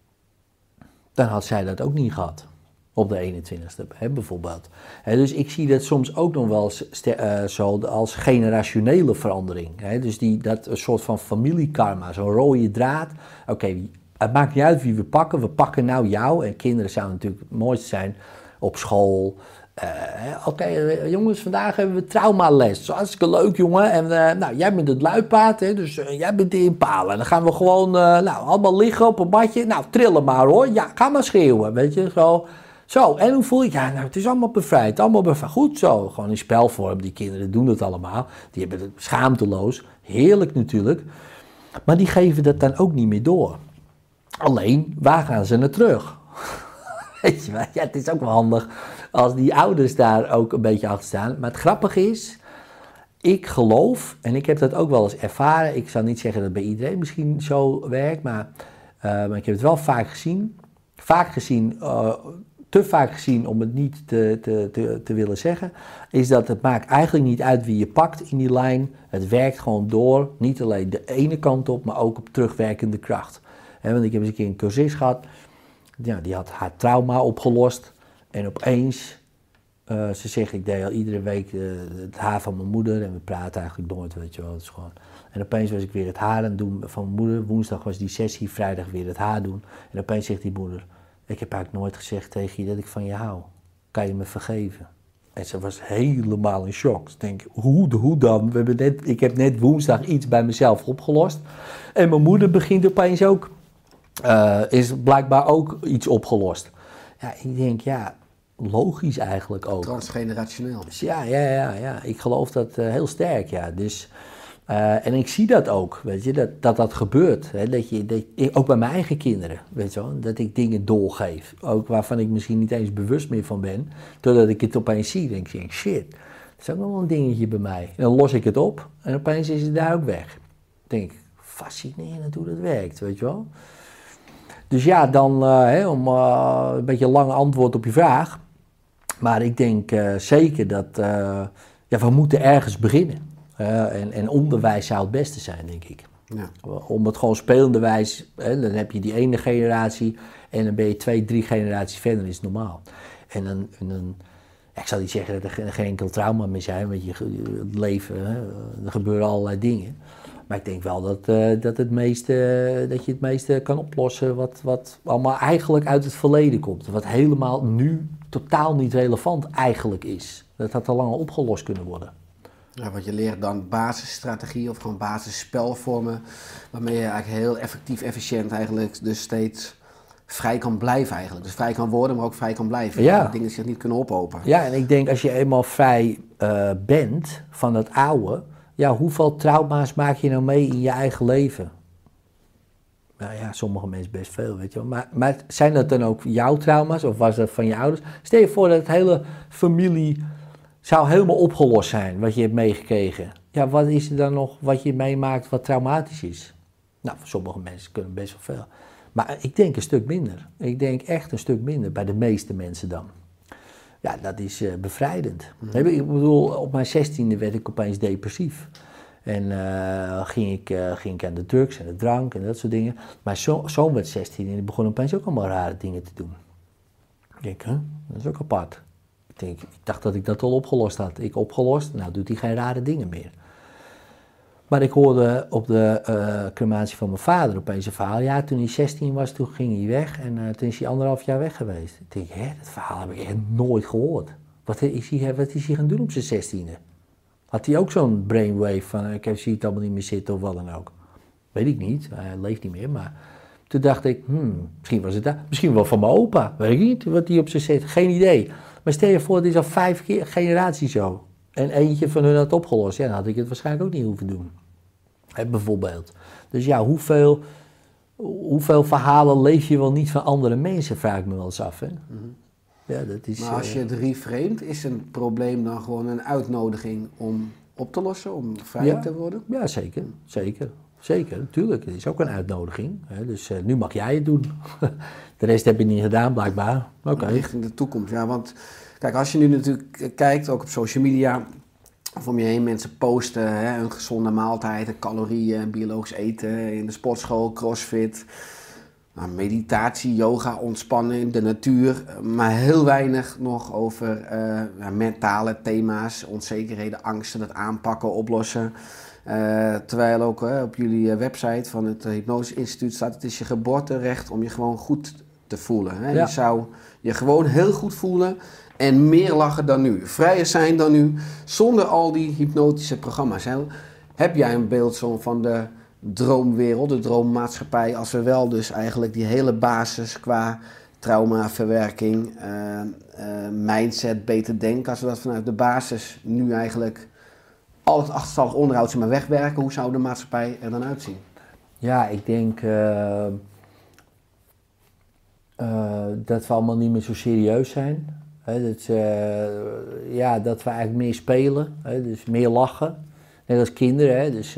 dan had zij dat ook niet gehad. Op de 21ste, bijvoorbeeld. Dus ik zie dat soms ook nog wel zo als generationele verandering. Dus dat een soort van familiekarma, zo'n rode draad. Oké, het maakt niet uit wie we pakken nou jou. En kinderen zouden natuurlijk het mooiste zijn op school. Oké, jongens, vandaag hebben we traumales. Hartstikke leuk, jongen. En jij bent het luipaard, dus jij bent de impala. En dan gaan we gewoon allemaal liggen op een matje. Nou, trillen maar hoor. Ja, ga maar schreeuwen, weet je, zo. Zo, en hoe voel je? Ja, het is allemaal bevrijd, Goed zo, gewoon in spelvorm, die kinderen doen het allemaal. Die hebben het schaamteloos, heerlijk natuurlijk. Maar die geven dat dan ook niet meer door. Alleen, waar gaan ze naar terug? Weet je wel? Ja, het is ook wel handig als die ouders daar ook een beetje achter staan. Maar het grappige is, ik geloof, en ik heb dat ook wel eens ervaren. Ik zou niet zeggen dat het bij iedereen misschien zo werkt, maar ik heb het wel vaak gezien. Te vaak gezien om het niet te willen zeggen, is dat het maakt eigenlijk niet uit wie je pakt in die lijn. Het werkt gewoon door, niet alleen de ene kant op, maar ook op terugwerkende kracht. Want ik heb eens een keer een cursist gehad, ja, die had haar trauma opgelost en opeens, ze zegt, ik deed al iedere week het haar van mijn moeder en we praten eigenlijk nooit, weet je wel. Het is gewoon... En opeens was ik weer het haar aan het doen van mijn moeder, woensdag was die sessie, vrijdag weer het haar doen. En opeens zegt die moeder, ik heb eigenlijk nooit gezegd tegen je dat ik van je hou. Kan je me vergeven? En ze was helemaal in shock. Ik denk, hoe dan? Ik heb net woensdag iets bij mezelf opgelost. En mijn moeder begint opeens ook, is blijkbaar ook iets opgelost. Ja, ik denk, ja, logisch eigenlijk ook. Transgenerationeel. Dus ja. Ik geloof dat heel sterk, ja. Dus... en ik zie dat ook, weet je, dat gebeurt. Hè? Ook bij mijn eigen kinderen, weet je wel, dat ik dingen doorgeef. Ook waarvan ik misschien niet eens bewust meer van ben. Totdat ik het opeens zie, denk ik, shit, dat is ook wel een dingetje bij mij. En dan los ik het op en opeens is het daar ook weg. Ik denk, fascinerend hoe dat werkt, weet je wel. Dus ja, dan om een beetje een lang antwoord op je vraag. Maar ik denk zeker dat we moeten ergens beginnen. En onderwijs zou het beste zijn, denk ik. Ja. Om het gewoon spelenderwijs, dan heb je die ene generatie en dan ben je 2, 3 generaties verder, is het normaal. En dan ik zal niet zeggen dat er geen enkel trauma meer zijn, want het leven, er gebeuren allerlei dingen. Maar ik denk wel dat je het meeste kan oplossen wat allemaal eigenlijk uit het verleden komt. Wat helemaal nu totaal niet relevant eigenlijk is. Dat had al lang opgelost kunnen worden. Ja, wat je leert dan basisstrategie of gewoon basisspelvormen, waarmee je eigenlijk heel effectief, efficiënt eigenlijk dus steeds vrij kan blijven eigenlijk. Dus vrij kan worden, maar ook vrij kan blijven. Ja. Dingen zich niet kunnen ophopen. Ja, en ik denk als je eenmaal vrij bent van het oude, ja, hoeveel trauma's maak je nou mee in je eigen leven? Nou ja, sommige mensen best veel, weet je wel. Maar zijn dat dan ook jouw trauma's of was dat van je ouders? Stel je voor dat het hele familie zou helemaal opgelost zijn, wat je hebt meegekregen. Ja, wat is er dan nog wat je meemaakt wat traumatisch is? Nou, voor sommige mensen kunnen best wel veel. Maar ik denk een stuk minder. Ik denk echt een stuk minder, bij de meeste mensen dan. Ja, dat is bevrijdend. Ik bedoel, op mijn 16e werd ik opeens depressief. En ging ik aan de drugs en de drank en dat soort dingen. Maar zoon werd 16 en die begon opeens ook allemaal rare dingen te doen. Ik denk, dat is ook apart. Ik dacht dat ik dat al opgelost had. Ik opgelost, nou doet hij geen rare dingen meer. Maar ik hoorde op de crematie van mijn vader opeens een verhaal. Ja, toen hij 16 was, toen ging hij weg en toen is hij 1,5 jaar weg geweest. Ik denk, dat verhaal heb ik echt nooit gehoord. Wat is hij gaan doen op zijn 16e? Had hij ook zo'n brainwave van, ik zie het allemaal niet meer zitten of wat dan ook? Weet ik niet, hij leeft niet meer, maar... Toen dacht ik, misschien was het dat. Misschien wel van mijn opa, weet ik niet, wat hij op zich zet. Geen idee. Maar stel je voor, het is al 5 generaties zo. En eentje van hun had opgelost. Ja, dan had ik het waarschijnlijk ook niet hoeven doen. Bijvoorbeeld. Dus ja, hoeveel verhalen leef je wel niet van andere mensen, vraag ik me wel eens af. Hè? Mm-hmm. Ja, dat is, maar als je het reframet, is een probleem dan gewoon een uitnodiging om op te lossen, om vrij te worden? Ja, zeker, natuurlijk. Het is ook een uitnodiging. Hè? Dus nu mag jij het doen. De rest heb je niet gedaan, blijkbaar. Oké. Richting de toekomst, ja. Want kijk, als je nu natuurlijk kijkt, ook op social media, of om je heen mensen posten, hun gezonde maaltijden, calorieën, biologisch eten, in de sportschool, crossfit, meditatie, yoga, ontspanning, de natuur, maar heel weinig nog over mentale thema's, onzekerheden, angsten, dat aanpakken, oplossen. Terwijl ook op jullie website van het Hypnose Instituut staat, het is je geboorterecht om je gewoon goed te voelen. Hè? Ja. Je zou je gewoon heel goed voelen en meer lachen dan nu, vrijer zijn dan nu, zonder al die hypnotische programma's. Hè? Heb jij een beeld zo van de droomwereld, de droommaatschappij, als we wel dus eigenlijk die hele basis qua traumaverwerking, mindset, beter denken, als we dat vanuit de basis nu eigenlijk al het achterstallig onderhoud ze maar wegwerken, hoe zou de maatschappij er dan uitzien? Ja, ik denk Dat we allemaal niet meer zo serieus zijn. Dat we eigenlijk meer spelen, dus meer lachen. Net als kinderen. Dus,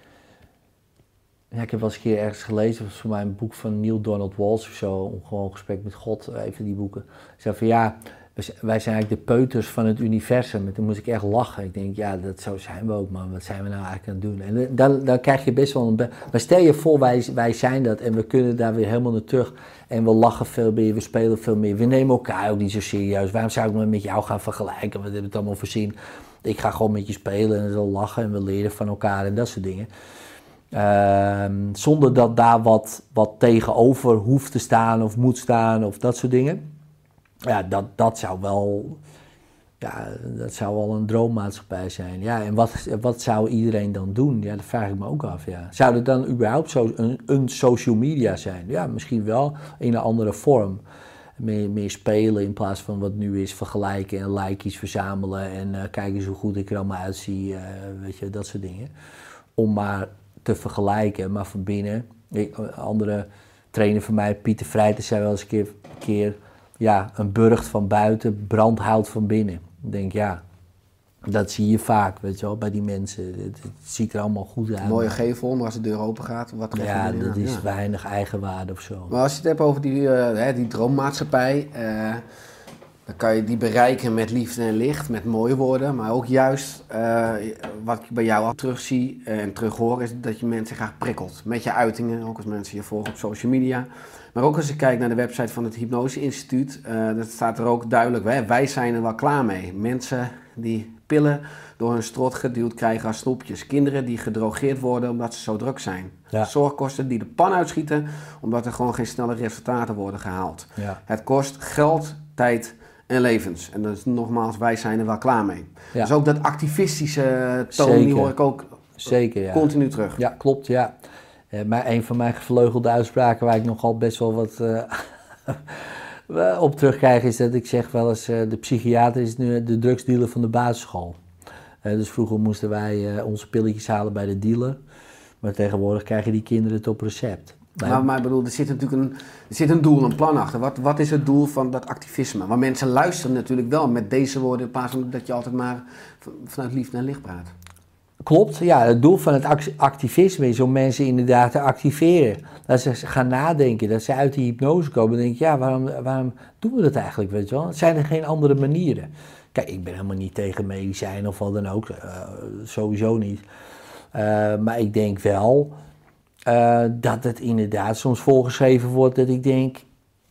ik heb wel eens een keer ergens gelezen, dat was voor mij een boek van Neil Donald Walsh of zo, Ongewoon gesprek met God, even die boeken. Ik zei van ja, wij zijn eigenlijk de peuters van het universum. En toen moest ik echt lachen. Ik denk, ja, zo zijn we ook, man. Wat zijn we nou eigenlijk aan het doen? En dan krijg je best wel maar stel je voor, wij zijn dat en we kunnen daar weer helemaal naar terug. En we lachen veel meer, we spelen veel meer. We nemen elkaar ook niet zo serieus. Waarom zou ik me met jou gaan vergelijken? Wat hebben we het allemaal voor zin? Ik ga gewoon met je spelen en zo lachen en we leren van elkaar en dat soort dingen. Zonder dat daar wat tegenover hoeft te staan of moet staan of dat soort dingen. Ja, dat zou wel een droommaatschappij zijn. Ja, en wat zou iedereen dan doen? Ja, dat vraag ik me ook af. Ja. Zou het dan überhaupt een social media zijn? Ja, misschien wel in een andere vorm. Meer spelen in plaats van wat nu is, vergelijken en likejes verzamelen en kijken eens hoe goed ik er allemaal uitzie, weet je, dat soort dingen. Om maar te vergelijken, maar van binnen. Andere trainer van mij, Pieter Vrijten, zei wel eens een keer ja, een burcht van buiten, brandhout van binnen. Ik denk, ja, dat zie je vaak, weet je wel, bij die mensen. Het ziet er allemaal goed uit. Een mooie gevel, maar als de deur open gaat, wat treft ja, er binnen? Dat is weinig eigenwaarde of zo. Maar als je het hebt over die droommaatschappij, dan kan je die bereiken met liefde en licht, met mooie woorden. Maar ook juist, wat ik bij jou al terugzie en terughoor, is dat je mensen graag prikkelt. Met je uitingen, ook als mensen je volgen op social media. Maar ook als ik kijk naar de website van het Hypnose Instituut, dat staat er ook duidelijk, wij zijn er wel klaar mee. Mensen die pillen door hun strot geduwd krijgen als snoepjes. Kinderen die gedrogeerd worden omdat ze zo druk zijn. Ja. Zorgkosten die de pan uitschieten omdat er gewoon geen snelle resultaten worden gehaald. Ja. Het kost geld, tijd en levens. En dat is nogmaals, wij zijn er wel klaar mee. Ja. Dus ook dat activistische toon, Zeker. die hoor ik ook Zeker, ja. continu terug. Ja, klopt, ja. Maar een van mijn gevleugelde uitspraken waar ik nogal best wel wat op terugkrijg is dat ik zeg wel eens, de psychiater is nu de drugsdealer van de basisschool. Dus vroeger moesten wij onze pilletjes halen bij de dealer, maar tegenwoordig krijgen die kinderen het op recept. Maar ik bedoel, er zit natuurlijk een doel, een plan achter. Wat is het doel van dat activisme? Want mensen luisteren natuurlijk wel met deze woorden in plaats van dat je altijd maar vanuit liefde en licht praat. Klopt, ja. Het doel van het activisme is om mensen inderdaad te activeren. Dat ze gaan nadenken, dat ze uit die hypnose komen en denken, ja, waarom doen we dat eigenlijk, weet je wel? Zijn er geen andere manieren? Kijk, ik ben helemaal niet tegen medicijnen of wat dan ook, sowieso niet. Maar ik denk wel dat het inderdaad soms voorgeschreven wordt dat ik denk,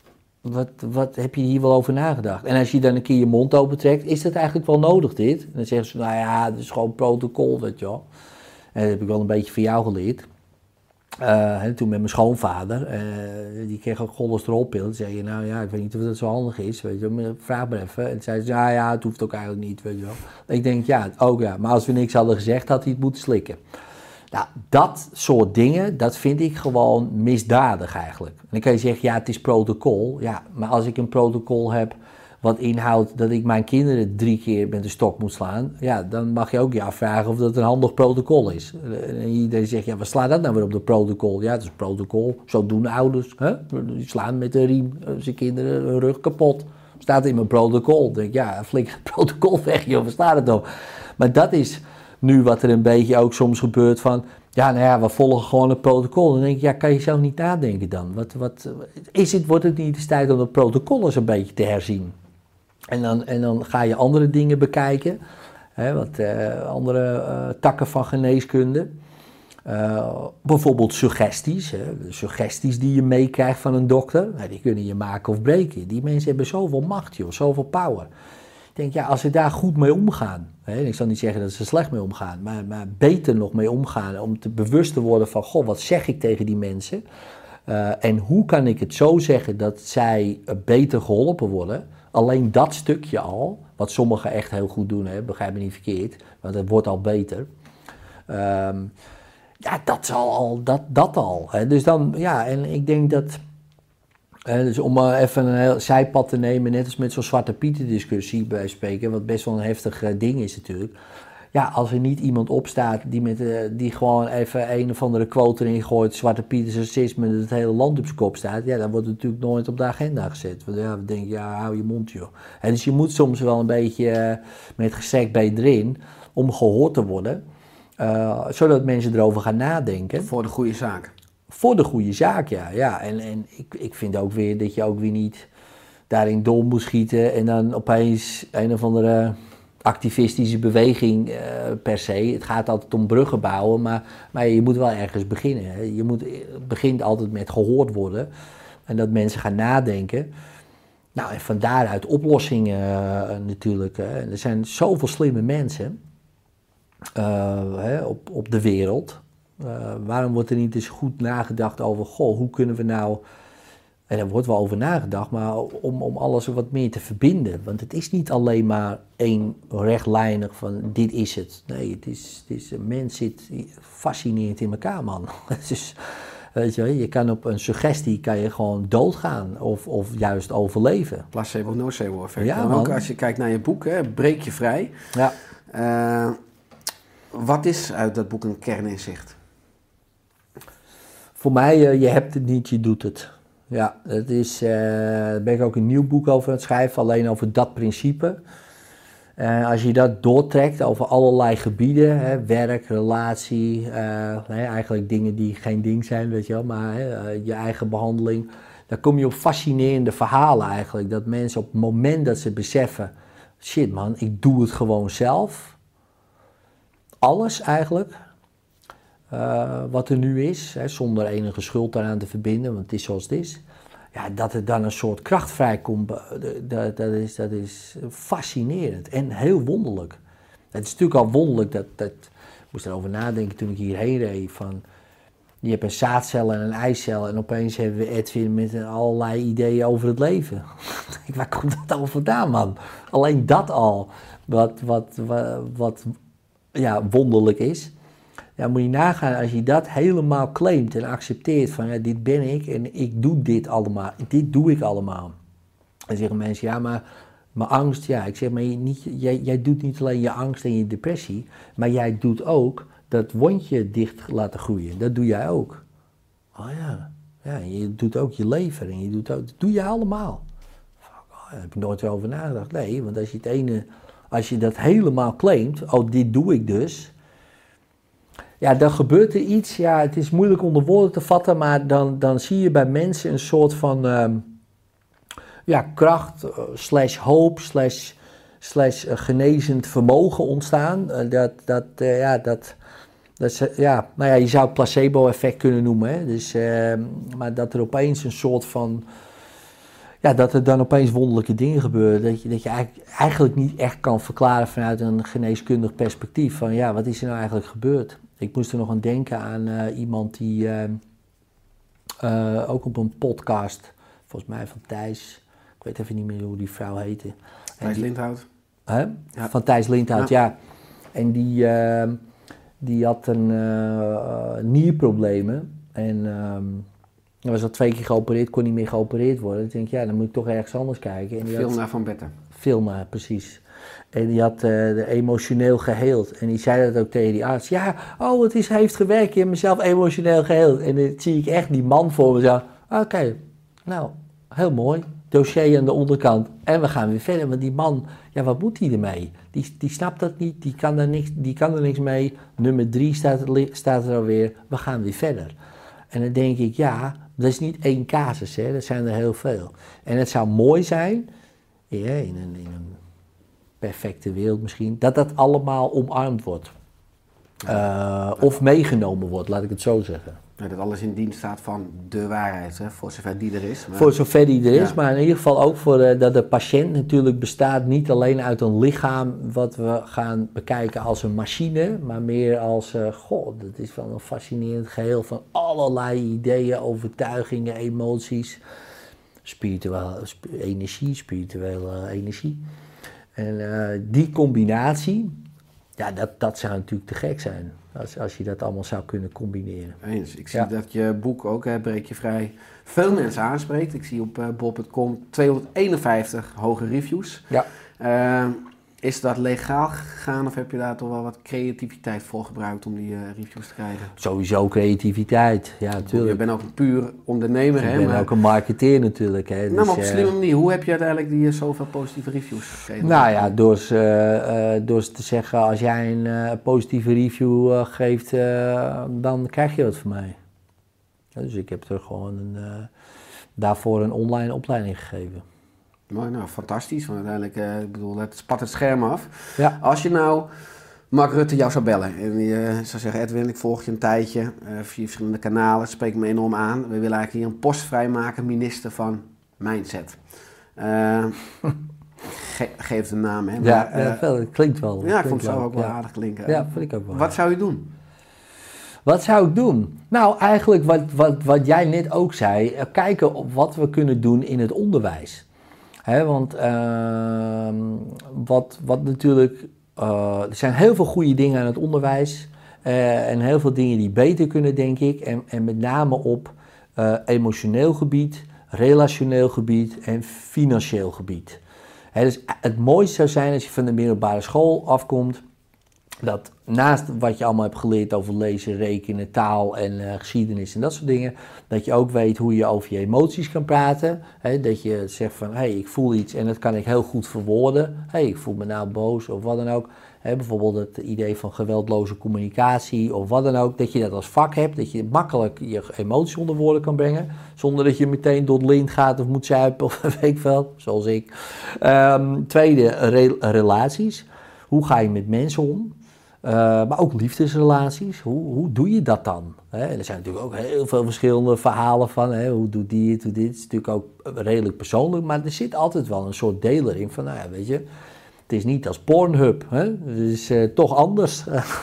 wat heb je hier wel over nagedacht? En als je dan een keer je mond opentrekt, is dat eigenlijk wel nodig dit? En dan zeggen ze, nou ja, dat is gewoon protocol, weet je wel. En dat heb ik wel een beetje van jou geleerd. Toen met mijn schoonvader, die kreeg ook cholesterolpil. Toen zei je, nou ja, ik weet niet of dat zo handig is, weet je wel, maar vraag maar even. En toen zei ze, nou ja, het hoeft ook eigenlijk niet, weet je wel. En ik denk, ja, ook ja, maar als we niks hadden gezegd, had hij het moeten slikken. Nou, dat soort dingen, dat vind ik gewoon misdadig eigenlijk. En dan kan je zeggen, ja, het is protocol. Ja, maar als ik een protocol heb wat inhoudt dat ik mijn kinderen 3 keer met een stok moet slaan, ja, dan mag je ook je afvragen of dat een handig protocol is. En iedereen zegt, ja, wat slaat dat nou weer op de protocol? Ja, het is een protocol. Zo doen de ouders. Hè? Die slaan met een riem zijn kinderen hun rug kapot. Staat in mijn protocol. Dan denk ik, ja, flik het protocol weg, joh, waar staat het op? Maar dat is nu wat er een beetje ook soms gebeurt van, ja, nou ja, we volgen gewoon het protocol. Dan denk ik, ja, kan je zo niet nadenken dan? Wordt het niet eens tijd om het protocol eens een beetje te herzien? En dan ga je andere dingen bekijken, andere takken van geneeskunde. Bijvoorbeeld suggesties, suggesties die je meekrijgt van een dokter, die kunnen je maken of breken. Die mensen hebben zoveel macht, joh, zoveel power. Ik denk, ja, als ze daar goed mee omgaan, ik zal niet zeggen dat ze er slecht mee omgaan, maar beter nog mee omgaan, om te bewust te worden van, goh, wat zeg ik tegen die mensen? En hoe kan ik het zo zeggen dat zij beter geholpen worden? Alleen dat stukje al, wat sommigen echt heel goed doen, begrijp me niet verkeerd, want het wordt al beter. Ja, dat al. Dus dan, ja, en ik denk dat, dus om even een heel zijpad te nemen, net als met zo'n Zwarte Pieten discussie bij spreken, wat best wel een heftig ding is natuurlijk. ja, als er niet iemand opstaat die gewoon even een of andere quote erin gooit, Zwarte Piet is racisme, dat het hele land op zijn kop staat, ja, dan wordt het natuurlijk nooit op de agenda gezet. Want ja, we denken, ja, hou je mond, joh. En dus je moet soms wel een beetje met gestrekt been erin om gehoord te worden, zodat mensen erover gaan nadenken. Voor de goede zaak. Voor de goede zaak, ja. En ik vind ook weer dat je ook weer niet daarin dol moet schieten en dan opeens een of andere activistische beweging per se. Het gaat altijd om bruggen bouwen, maar je moet wel ergens beginnen. Hè. Het begint altijd met gehoord worden en dat mensen gaan nadenken. Nou, en van daaruit oplossingen natuurlijk. En er zijn zoveel slimme mensen op de wereld. Waarom wordt er niet eens goed nagedacht over, hoe kunnen we nou... En daar wordt wel over nagedacht, maar om alles wat meer te verbinden. Want het is niet alleen maar één rechtlijnig van dit is het. Nee, het is een mens zit fascinerend in elkaar, man. Dus, weet je kan op een suggestie kan je gewoon doodgaan of juist overleven. Placebo, nocebo effect. Ja, en ook als je kijkt naar je boek, Breek je vrij. Ja. Wat is uit dat boek een kerninzicht? Voor mij, je hebt het niet, je doet het. Ja, daar ben ik ook een nieuw boek over aan het schrijven, alleen over dat principe. Als je dat doortrekt over allerlei gebieden, werk, relatie, eigenlijk dingen die geen ding zijn, weet je wel, maar je eigen behandeling. Dan kom je op fascinerende verhalen eigenlijk, dat mensen op het moment dat ze beseffen, shit man, ik doe het gewoon zelf. Alles eigenlijk. Wat er nu is, zonder enige schuld daaraan te verbinden, want het is zoals het is. Ja, dat er dan een soort kracht vrijkomt, dat is fascinerend en heel wonderlijk. Het is natuurlijk al wonderlijk, ik moest erover nadenken toen ik hierheen reed, van je hebt een zaadcel en een eicel en opeens hebben we Edwin met allerlei ideeën over het leven. Waar komt dat al vandaan, man? Alleen dat al, wat wonderlijk is. Ja, moet je nagaan als je dat helemaal claimt en accepteert van ja, dit ben ik en ik doe dit allemaal. Dit doe ik allemaal. Dan zeggen mensen, ja, maar mijn angst, ja. Ik zeg, maar jij doet niet alleen je angst en je depressie, maar jij doet ook dat wondje dicht laten groeien. Dat doe jij ook. Oh ja, ja, je doet ook je lever en je doet ook, dat doe je allemaal. Daar heb ik nooit over nagedacht. Nee, want als je dat helemaal claimt, oh, dit doe ik dus. Ja, dan gebeurt er iets, ja, het is moeilijk onder woorden te vatten, maar dan zie je bij mensen een soort van kracht, hoop, genezend vermogen ontstaan. Je zou het placebo-effect kunnen noemen, hè? Dus, maar dat er opeens een soort van, ja, dat er dan opeens wonderlijke dingen gebeuren, dat je eigenlijk niet echt kan verklaren vanuit een geneeskundig perspectief, van ja, wat is er nou eigenlijk gebeurd? Ik moest er nog aan denken aan iemand die ook op een podcast, volgens mij van Thijs, ik weet even niet meer hoe die vrouw heette. Thijs Lindhout. Hè? Ja. Van Thijs Lindhout, ja. En die had nierproblemen en hij was al 2 keer geopereerd, kon niet meer geopereerd worden. Ik denk, ja, dan moet ik toch ergens anders kijken. Vilna van Betten. Vilna, precies. En die had emotioneel geheeld. En die zei dat ook tegen die arts. Ja, het heeft gewerkt. Je hebt mezelf emotioneel geheeld. En dan zie ik echt die man voor me zo. Oké, nou, heel mooi. Dossier aan de onderkant. En we gaan weer verder. Want die man, ja, wat moet hij ermee? Die snapt dat niet. Die kan er niks mee. Nummer 3 staat er alweer. We gaan weer verder. En dan denk ik, ja, dat is niet 1 casus. Hè. Dat zijn er heel veel. En het zou mooi zijn, ja, in een perfecte wereld misschien, dat allemaal omarmd wordt. Of meegenomen wordt, laat ik het zo zeggen. Ja, dat alles in dienst staat van de waarheid, hè, voor zover die er is. Maar... Voor zover die er is, maar in ieder geval ook voor dat de patiënt natuurlijk bestaat niet alleen uit een lichaam wat we gaan bekijken als een machine, maar meer als, dat is wel een fascinerend geheel van allerlei ideeën, overtuigingen, emoties, spirituele energie. En die combinatie, ja, dat zou natuurlijk te gek zijn. Als je dat allemaal zou kunnen combineren. Eens. Ik zie dat je boek ook, Breek je vrij, veel mensen aanspreekt. Ik zie op bol.com 251 hoge reviews. Ja. Is dat legaal gegaan of heb je daar toch wel wat creativiteit voor gebruikt om die reviews te krijgen? Sowieso creativiteit, ja natuurlijk. Je bent ook een puur ondernemer, hè? Ik ben ook een marketeer natuurlijk. Hè. Nou, maar op een slimme manier. Hoe heb je uiteindelijk die zoveel positieve reviews gekregen? Nou ja, door te zeggen, als jij een positieve review geeft, dan krijg je wat van mij. Ja, dus ik heb er gewoon daarvoor een online opleiding gegeven. Mooi, nou fantastisch. Want uiteindelijk, ik bedoel, het spat het scherm af. Ja. Als je nou Mark Rutte jou zou bellen en je zou zeggen, Edwin, ik volg je een tijdje via verschillende kanalen, spreek me enorm aan. We willen eigenlijk hier een post vrijmaken, minister van Mindset. Geef de naam, hè. Maar, ja, dat klinkt wel. Ja, ik vond het zo ook wel aardig klinken. Ja, vind ik ook wel. Wat zou je doen? Wat zou ik doen? Nou, eigenlijk wat jij net ook zei, kijken op wat we kunnen doen in het onderwijs. Want wat natuurlijk, er zijn heel veel goede dingen aan het onderwijs en heel veel dingen die beter kunnen, denk ik. En met name op emotioneel gebied, relationeel gebied en financieel gebied. Dus het mooiste zou zijn als je van de middelbare school afkomt, dat naast wat je allemaal hebt geleerd over lezen, rekenen, taal en geschiedenis en dat soort dingen, dat je ook weet hoe je over je emoties kan praten. Dat je zegt van, ik voel iets en dat kan ik heel goed verwoorden. Ik voel me nou boos of wat dan ook. Bijvoorbeeld het idee van geweldloze communicatie of wat dan ook. Dat je dat als vak hebt, dat je makkelijk je emoties onder woorden kan brengen. Zonder dat je meteen door het lint gaat of moet zuipen of weet ik veel, zoals ik. Tweede, relaties. Hoe ga je met mensen om? Maar ook liefdesrelaties, hoe doe je dat dan? Er zijn natuurlijk ook heel veel verschillende verhalen van, hoe doet die het, hoe dit. Het is natuurlijk ook redelijk persoonlijk, maar er zit altijd wel een soort deel erin van, weet je, het is niet als Pornhub, het is toch anders,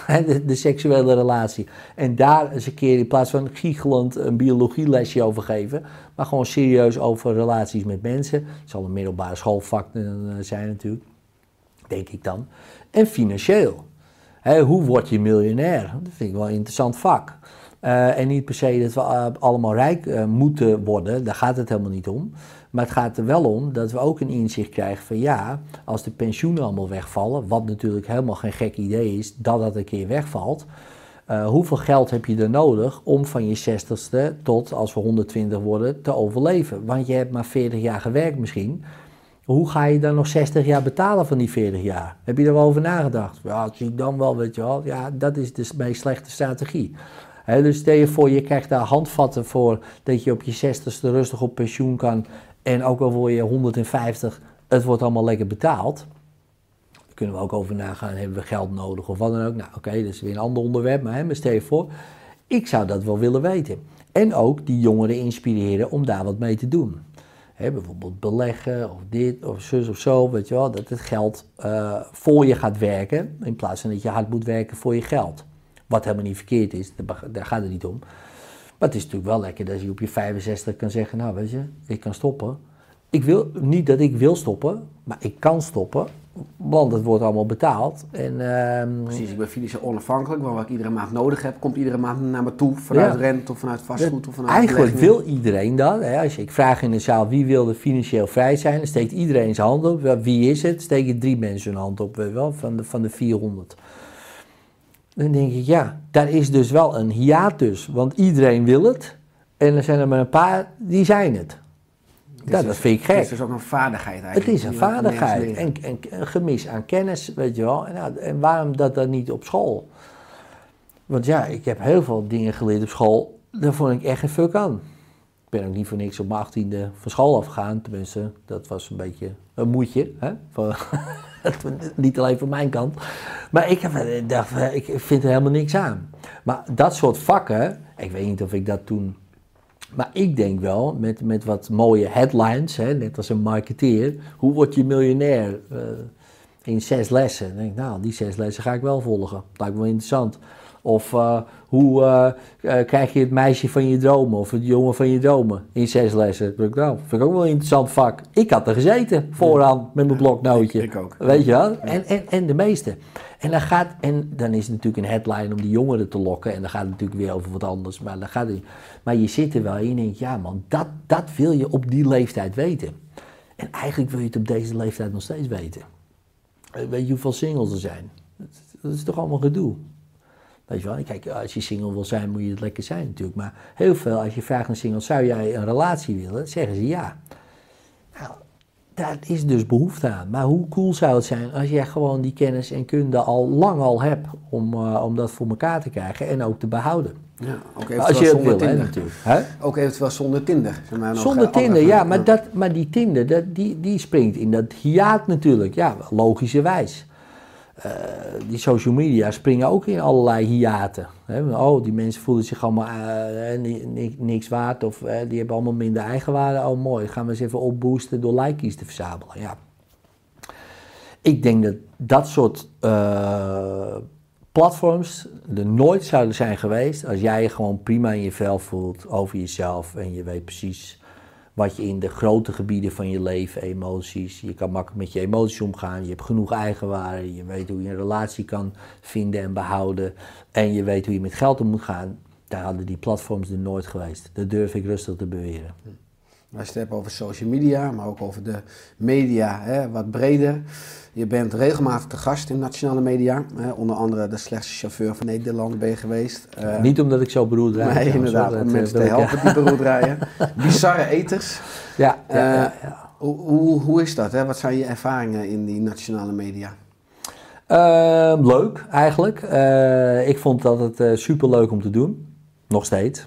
de seksuele relatie. En daar eens een keer in plaats van giechelend een biologielesje over geven, maar gewoon serieus over relaties met mensen. Het zal een middelbare schoolvak zijn natuurlijk, denk ik dan. En financieel. Hoe word je miljonair? Dat vind ik wel een interessant vak. En niet per se dat we allemaal rijk moeten worden, daar gaat het helemaal niet om. Maar het gaat er wel om dat we ook een inzicht krijgen van als de pensioenen allemaal wegvallen, wat natuurlijk helemaal geen gek idee is, dat een keer wegvalt. Hoeveel geld heb je er nodig om van je 60ste tot als we 120 worden te overleven? Want je hebt maar 40 jaar gewerkt misschien. Hoe ga je dan nog 60 jaar betalen van die 40 jaar? Heb je er wel over nagedacht? Ja, dat zie ik dan wel, weet je wel. Ja, dat is de meest slechte strategie. Dus stel je voor, je krijgt daar handvatten voor dat je op je 60ste rustig op pensioen kan. En ook al word je 150, het wordt allemaal lekker betaald. Daar kunnen we ook over nagaan, hebben we geld nodig of wat dan ook. Nou oké, dat is weer een ander onderwerp, maar stel je voor, ik zou dat wel willen weten. En ook die jongeren inspireren om daar wat mee te doen. Bijvoorbeeld beleggen of dit of zus of zo, weet je wel, dat het geld voor je gaat werken in plaats van dat je hard moet werken voor je geld. Wat helemaal niet verkeerd is, daar gaat het niet om. Maar het is natuurlijk wel lekker dat je op je 65 kan zeggen, nou weet je, ik kan stoppen. Ik wil niet dat ik wil stoppen, maar ik kan stoppen, want het wordt allemaal betaald. Precies, ik ben financieel onafhankelijk, maar wat ik iedere maand nodig heb, komt iedere maand naar me toe, vanuit rente of vanuit vastgoed of vanuit eigenlijk wil iedereen dat. Als ik vraag in de zaal wie wil er financieel vrij zijn, dan steekt iedereen zijn hand op. Wie is het? Steken 3 mensen hun hand op, van de 400. Dan denk ik, daar is dus wel een hiatus, want iedereen wil het en er zijn er maar een paar die zijn het. Dat vind ik gek. Het is dus ook een vaardigheid eigenlijk. Het is een vaardigheid en een gemis aan kennis, weet je wel. En waarom dat niet op school? Want ik heb heel veel dingen geleerd op school, daar vond ik echt geen fuck aan. Ik ben ook niet voor niks op mijn 18e van school afgegaan, tenminste, dat was een beetje een moedje. Niet alleen van mijn kant. Maar ik vind er helemaal niks aan. Maar dat soort vakken, ik weet niet of ik dat toen... Maar ik denk wel, met wat mooie headlines, net als een marketeer, hoe word je miljonair in 6 lessen? Dan denk ik, nou, die 6 lessen ga ik wel volgen. Dat lijkt me wel interessant. Of hoe krijg je het meisje van je dromen of het jongen van je dromen in 6 lessen? Dat vind ik ook wel een interessant vak. Ik had er gezeten vooraan met mijn bloknootje. Ik ook. Weet je wel? En de meeste. En dan is het natuurlijk een headline om die jongeren te lokken. En dan gaat het natuurlijk weer over wat anders. Maar je zit er wel in en denkt, ja man, dat wil je op die leeftijd weten. En eigenlijk wil je het op deze leeftijd nog steeds weten. Weet je hoeveel singles er zijn? Dat is toch allemaal gedoe? Weet je wel, kijk, als je single wil zijn, moet je het lekker zijn natuurlijk. Maar heel veel, als je vraagt aan singles, zou jij een relatie willen? Zeggen ze ja. Nou, daar is dus behoefte aan. Maar hoe cool zou het zijn als jij gewoon die kennis en kunde al lang hebt om dat voor elkaar te krijgen en ook te behouden. Ja, ook eventueel als je het zonder wil, Tinder. hè, natuurlijk. Hè? Ook eventueel zonder Tinder. Zeg maar, nog Zonder andere Tinder, ja, vraag. maar die Tinder, die springt in dat hiaat natuurlijk. Ja, logischerwijs. Die social media springen ook in allerlei hiaten. Hè? Oh, die mensen voelen zich allemaal niks waard of die hebben allemaal minder eigenwaarde. Oh, mooi, gaan we eens even opboosten door likejes te verzamelen. Ja. Ik denk dat soort platforms er nooit zouden zijn geweest als jij je gewoon prima in je vel voelt over jezelf en je weet precies wat je in de grote gebieden van je leven, emoties, je kan makkelijk met je emoties omgaan, je hebt genoeg eigenwaarde, je weet hoe je een relatie kan vinden en behouden en je weet hoe je met geld om moet gaan. Daar hadden die platforms er nooit geweest. Dat durf ik rustig te beweren. Als je het hebt over social media, maar ook over de media, hè, wat breder. Je bent regelmatig te gast in nationale media. Hè, onder andere de slechtste chauffeur van Nederland ben je geweest. Niet omdat ik zo beroerd rijd. Nee, inderdaad, om mensen te helpen die beroerd rijden. Bizarre eters. Ja. Hoe is dat? Hè? Wat zijn je ervaringen in die nationale media? Leuk, eigenlijk. Ik vond dat het superleuk om te doen. Nog steeds.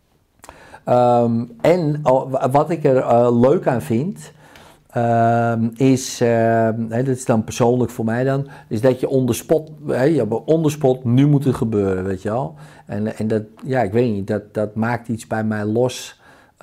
En wat ik er leuk aan vind, is, dat is dan persoonlijk voor mij dan, is dat je on the spot, nu moet het gebeuren, weet je wel. En dat, ja, ik weet niet, dat maakt iets bij mij los,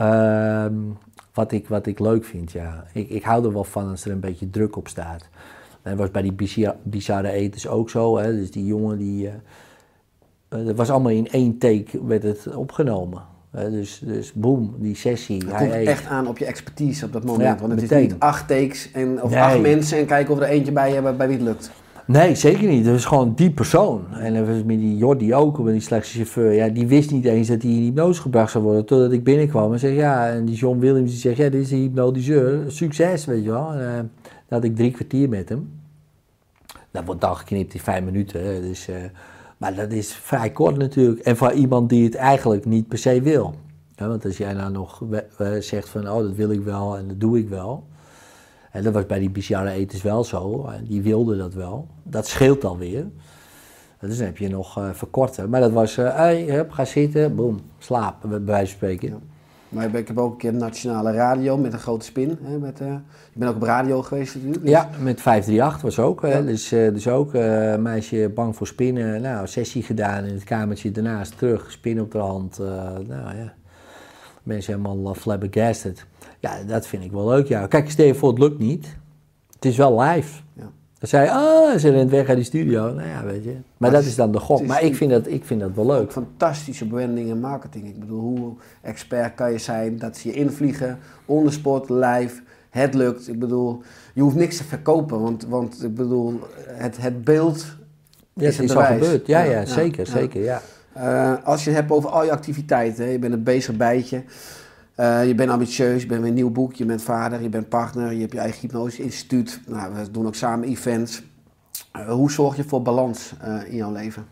wat ik leuk vind, ja. Ik hou er wel van als er een beetje druk op staat. En dat was bij die bizarre eters ook zo, hè. Dus die jongen, dat was allemaal in 1 take werd het opgenomen. Dus boem, die sessie. Het komt echt aan op je expertise op dat moment. Ja, want het meteen. is niet 8 takes of 8 mensen en kijken of er eentje bij hebben bij wie het lukt. Nee, zeker niet. Het was gewoon die persoon. En dat was met die Jordi ook, met die slechtste chauffeur. Ja, die wist niet eens dat hij in hypnose gebracht zou worden. Totdat ik binnenkwam en zei, ja, en die John Williams die zegt, ja, dit is een hypnotiseur. Succes, weet je wel. En, dan had ik 3 kwartier met hem. Dat wordt dan geknipt in 5 minuten. Hè. Dus, maar dat is vrij kort natuurlijk. En voor iemand die het eigenlijk niet per se wil. Ja, want als jij nou nog zegt van, oh, dat wil ik wel en dat doe ik wel. En dat was bij die bizarre eters wel zo. Die wilden dat wel. Dat scheelt alweer. Dus dan heb je nog verkorten. Maar dat was, ga zitten, boem, slaap, bij wijze van spreken. Ja. Maar ik heb ook een keer nationale radio met een grote spin. Hè, je bent ook op radio geweest natuurlijk. Dus. Ja, met 538 was ook. Ja. Dus ook meisje bang voor spinnen. Nou, sessie gedaan in het kamertje daarnaast terug. Spin op de hand. Nou ja, mensen helemaal flabbergasted. Ja, dat vind ik wel leuk. Ja. Kijk, stel je voor, het lukt niet. Het is wel live. Ja. Dan zei je, ze rent weg uit die studio. Nou ja, weet je. Maar dat is dan de gok. Maar ik vind dat wel leuk. Fantastische branding en marketing. Ik bedoel, hoe expert kan je zijn dat ze je invliegen, on the spot, live, het lukt. Ik bedoel, je hoeft niks te verkopen, want ik bedoel, het beeld is het al gebeurd. Ja, zeker, ja. Als je het hebt over al je activiteiten, hè, je bent een bezig bijtje. Je bent ambitieus, je bent met een nieuw boek, je bent vader, je bent partner, je hebt je eigen hypnose-instituut. Nou, we doen ook samen events. Hoe zorg je voor balans in jouw leven?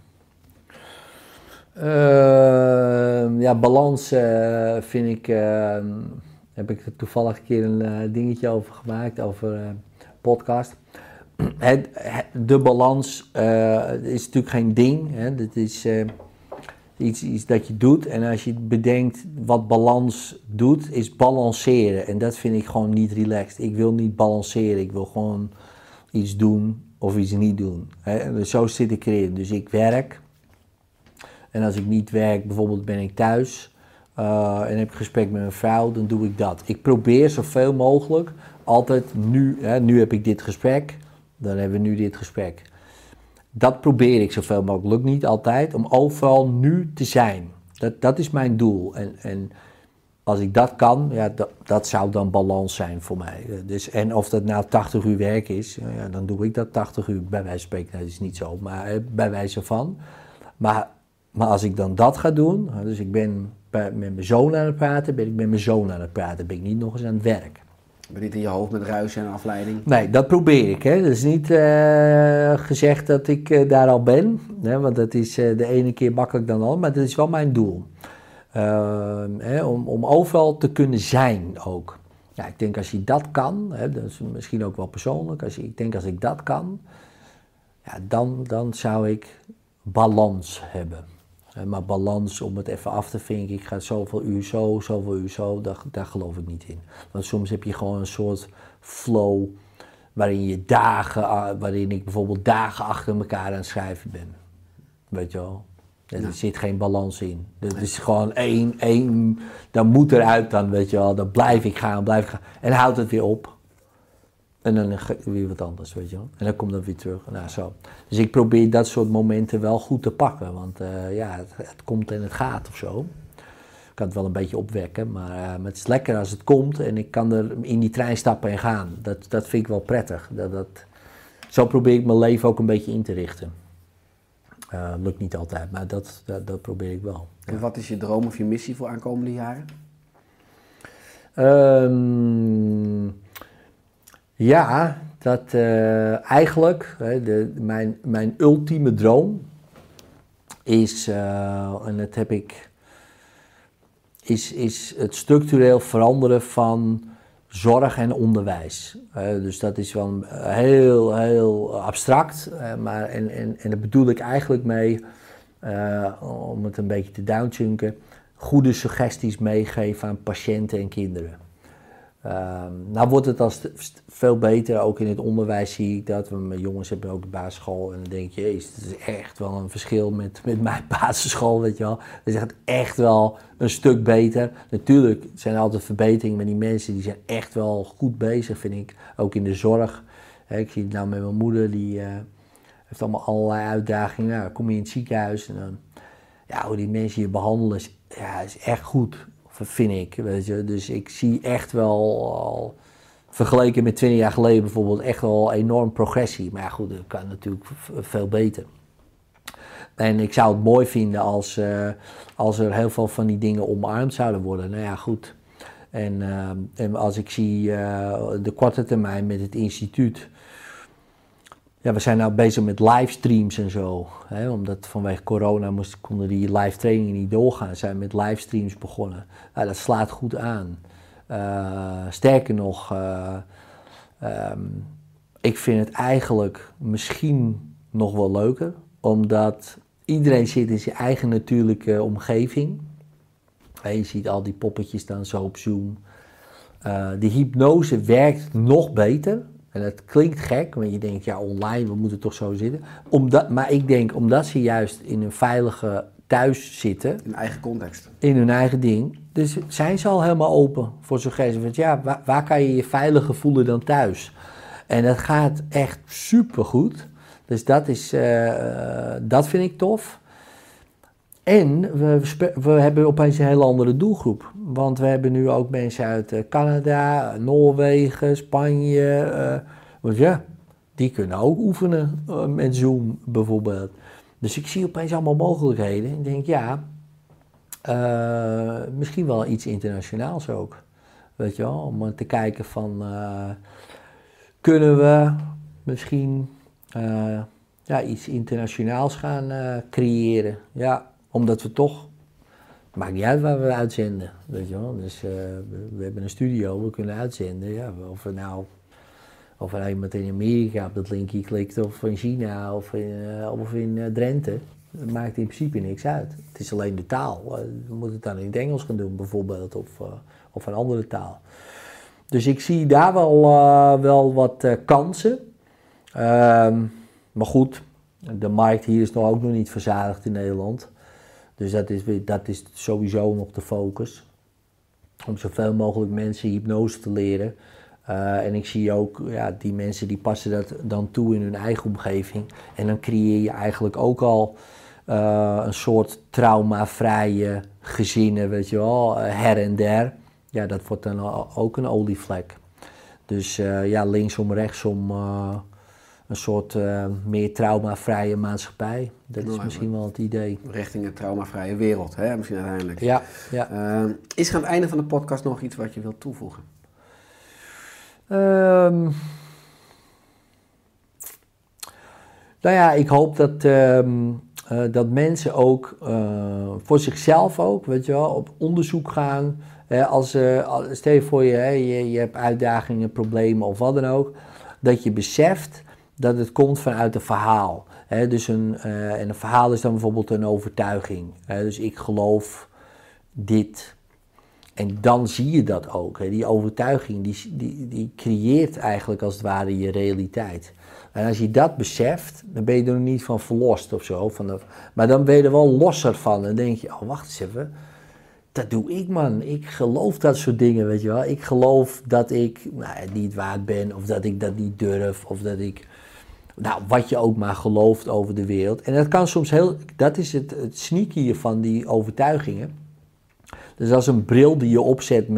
Balans vind ik, heb ik er toevallig een keer een dingetje over gemaakt, over podcast. De balans is natuurlijk geen ding, hè. Dat is iets dat je doet en als je bedenkt wat balans doet, is balanceren. En dat vind ik gewoon niet relaxed. Ik wil niet balanceren, ik wil gewoon iets doen of iets niet doen. Dus zo zit ik erin. Dus ik werk en als ik niet werk, bijvoorbeeld ben ik thuis en heb ik gesprek met mijn vrouw, dan doe ik dat. Ik probeer zoveel mogelijk altijd nu heb ik dit gesprek, dan hebben we nu dit gesprek. Dat probeer ik zoveel mogelijk. Lukt niet altijd om overal nu te zijn. Dat is mijn doel. En als ik dat kan, ja, dat zou dan balans zijn voor mij. Dus, en of dat nou 80 uur werk is, ja, dan doe ik dat 80 uur. Bij wijze van spreken, dat is niet zo, maar bij wijze van. Maar als ik dan dat ga doen, dus ik ben met mijn zoon aan het praten, ben ik met mijn zoon aan het praten. Ben ik niet nog eens aan het werk. Maar niet in je hoofd met ruis en afleiding? Nee, dat probeer ik. Hè. Dat is niet gezegd dat ik daar al ben. Hè, want dat is de ene keer makkelijk dan al. Maar dat is wel mijn doel. Om overal te kunnen zijn ook. Ja, ik denk als je dat kan, hè, dat is misschien ook wel persoonlijk. Ik denk als ik dat kan, ja, dan zou ik balans hebben. Maar balans, om het even af te vinken, ik ga zoveel uur zo, zoveel uur zo, daar geloof ik niet in. Want soms heb je gewoon een soort flow waarin ik bijvoorbeeld dagen achter elkaar aan het schrijven ben. Weet je wel? Er zit geen balans in. Het is gewoon één, dan moet eruit dan, weet je wel. Dan blijf ik gaan. En dan houdt het weer op. En dan weer wat anders, weet je wel. En dan komt dat weer terug. Nou, zo. Dus ik probeer dat soort momenten wel goed te pakken. Want het komt en het gaat of zo. Ik kan het wel een beetje opwekken. Maar het is lekker als het komt en ik kan er in die trein stappen en gaan. Dat vind ik wel prettig. Zo probeer ik mijn leven ook een beetje in te richten. Lukt niet altijd, maar dat probeer ik wel. Ja. En wat is je droom of je missie voor aankomende jaren? Eigenlijk, mijn ultieme droom is, en dat heb ik, is het structureel veranderen van zorg en onderwijs. Dus dat is wel heel, heel abstract, maar en daar bedoel ik eigenlijk mee, om het een beetje te downchunken, goede suggesties meegeven aan patiënten en kinderen. Nou wordt het als veel beter, ook in het onderwijs zie ik dat. Mijn jongens hebben ook de basisschool en dan denk je, het is echt wel een verschil met mijn basisschool, weet je wel. Dat is echt wel een stuk beter. Natuurlijk zijn er altijd verbeteringen, maar die mensen die zijn echt wel goed bezig, vind ik. Ook in de zorg. Ik zie het nou met mijn moeder, die heeft allemaal allerlei uitdagingen. Nou, dan kom je in het ziekenhuis en dan, hoe die mensen je behandelen, is echt goed. Vind ik, weet je. Dus ik zie echt wel, vergeleken met 20 jaar geleden bijvoorbeeld, echt wel enorm progressie. Maar ja, goed, dat kan natuurlijk veel beter. En ik zou het mooi vinden als er heel veel van die dingen omarmd zouden worden. Nou ja, goed. En als ik zie de korte termijn met het instituut. Ja, we zijn nou bezig met livestreams en zo. Hè, omdat vanwege corona konden die live trainingen niet doorgaan. Zijn met livestreams begonnen. Dat slaat goed aan. Sterker nog, ik vind het eigenlijk misschien nog wel leuker. Omdat iedereen zit in zijn eigen natuurlijke omgeving. Je ziet al die poppetjes dan zo op Zoom. De hypnose werkt nog beter. En dat klinkt gek, want je denkt, online, we moeten toch zo zitten. Maar ik denk, omdat ze juist in een veilige thuis zitten. In eigen context. In hun eigen ding. Dus zijn ze al helemaal open voor suggesties. Want waar kan je je veiliger voelen dan thuis? En dat gaat echt supergoed. Dus dat vind ik tof. En we hebben opeens een hele andere doelgroep. Want we hebben nu ook mensen uit Canada, Noorwegen, Spanje. Die kunnen ook oefenen met Zoom bijvoorbeeld. Dus ik zie opeens allemaal mogelijkheden. Ik denk, misschien wel iets internationaals ook. Weet je wel, om te kijken van, kunnen we misschien iets internationaals gaan creëren. Ja, omdat we toch, maakt niet uit waar we uitzenden, weet je wel. Dus we hebben een studio, we kunnen uitzenden. Ja, of er iemand in Amerika op dat linkje klikt, of in China, of in Drenthe. Dat maakt in principe niks uit. Het is alleen de taal. We moeten het dan in het Engels gaan doen bijvoorbeeld, of een andere taal. Dus ik zie daar wel wat kansen. Maar goed, de markt hier is ook nog niet verzadigd in Nederland. Dus dat is sowieso nog de focus. Om zoveel mogelijk mensen hypnose te leren. En ik zie ook, die mensen die passen dat dan toe in hun eigen omgeving. En dan creëer je eigenlijk ook al een soort traumavrije gezinnen, weet je wel, her en der. Ja, dat wordt dan ook een olievlek. Dus linksom, rechtsom, een soort meer traumavrije maatschappij. Dat is misschien wel het idee. Richting een traumavrije wereld, hè? Misschien uiteindelijk. Ja. Is er aan het einde van de podcast nog iets wat je wilt toevoegen? Nou ja, ik hoop dat mensen ook voor zichzelf ook, weet je wel, op onderzoek gaan. Stel je voor je hebt uitdagingen, problemen of wat dan ook, dat je beseft dat het komt vanuit een verhaal. Dus en een verhaal is dan bijvoorbeeld een overtuiging. Dus ik geloof dit. En dan zie je dat ook. Die overtuiging die creëert eigenlijk als het ware je realiteit. En als je dat beseft, dan ben je er nog niet van verlost of zo. Maar dan ben je er wel losser van. Dan denk je, wacht eens even. Dat doe ik, man. Ik geloof dat soort dingen, weet je wel. Ik geloof dat ik niet waard ben, of dat ik dat niet durf, of dat ik... Nou, wat je ook maar gelooft over de wereld. En dat kan soms dat is het sneaky van die overtuigingen. Dus als een bril die je opzet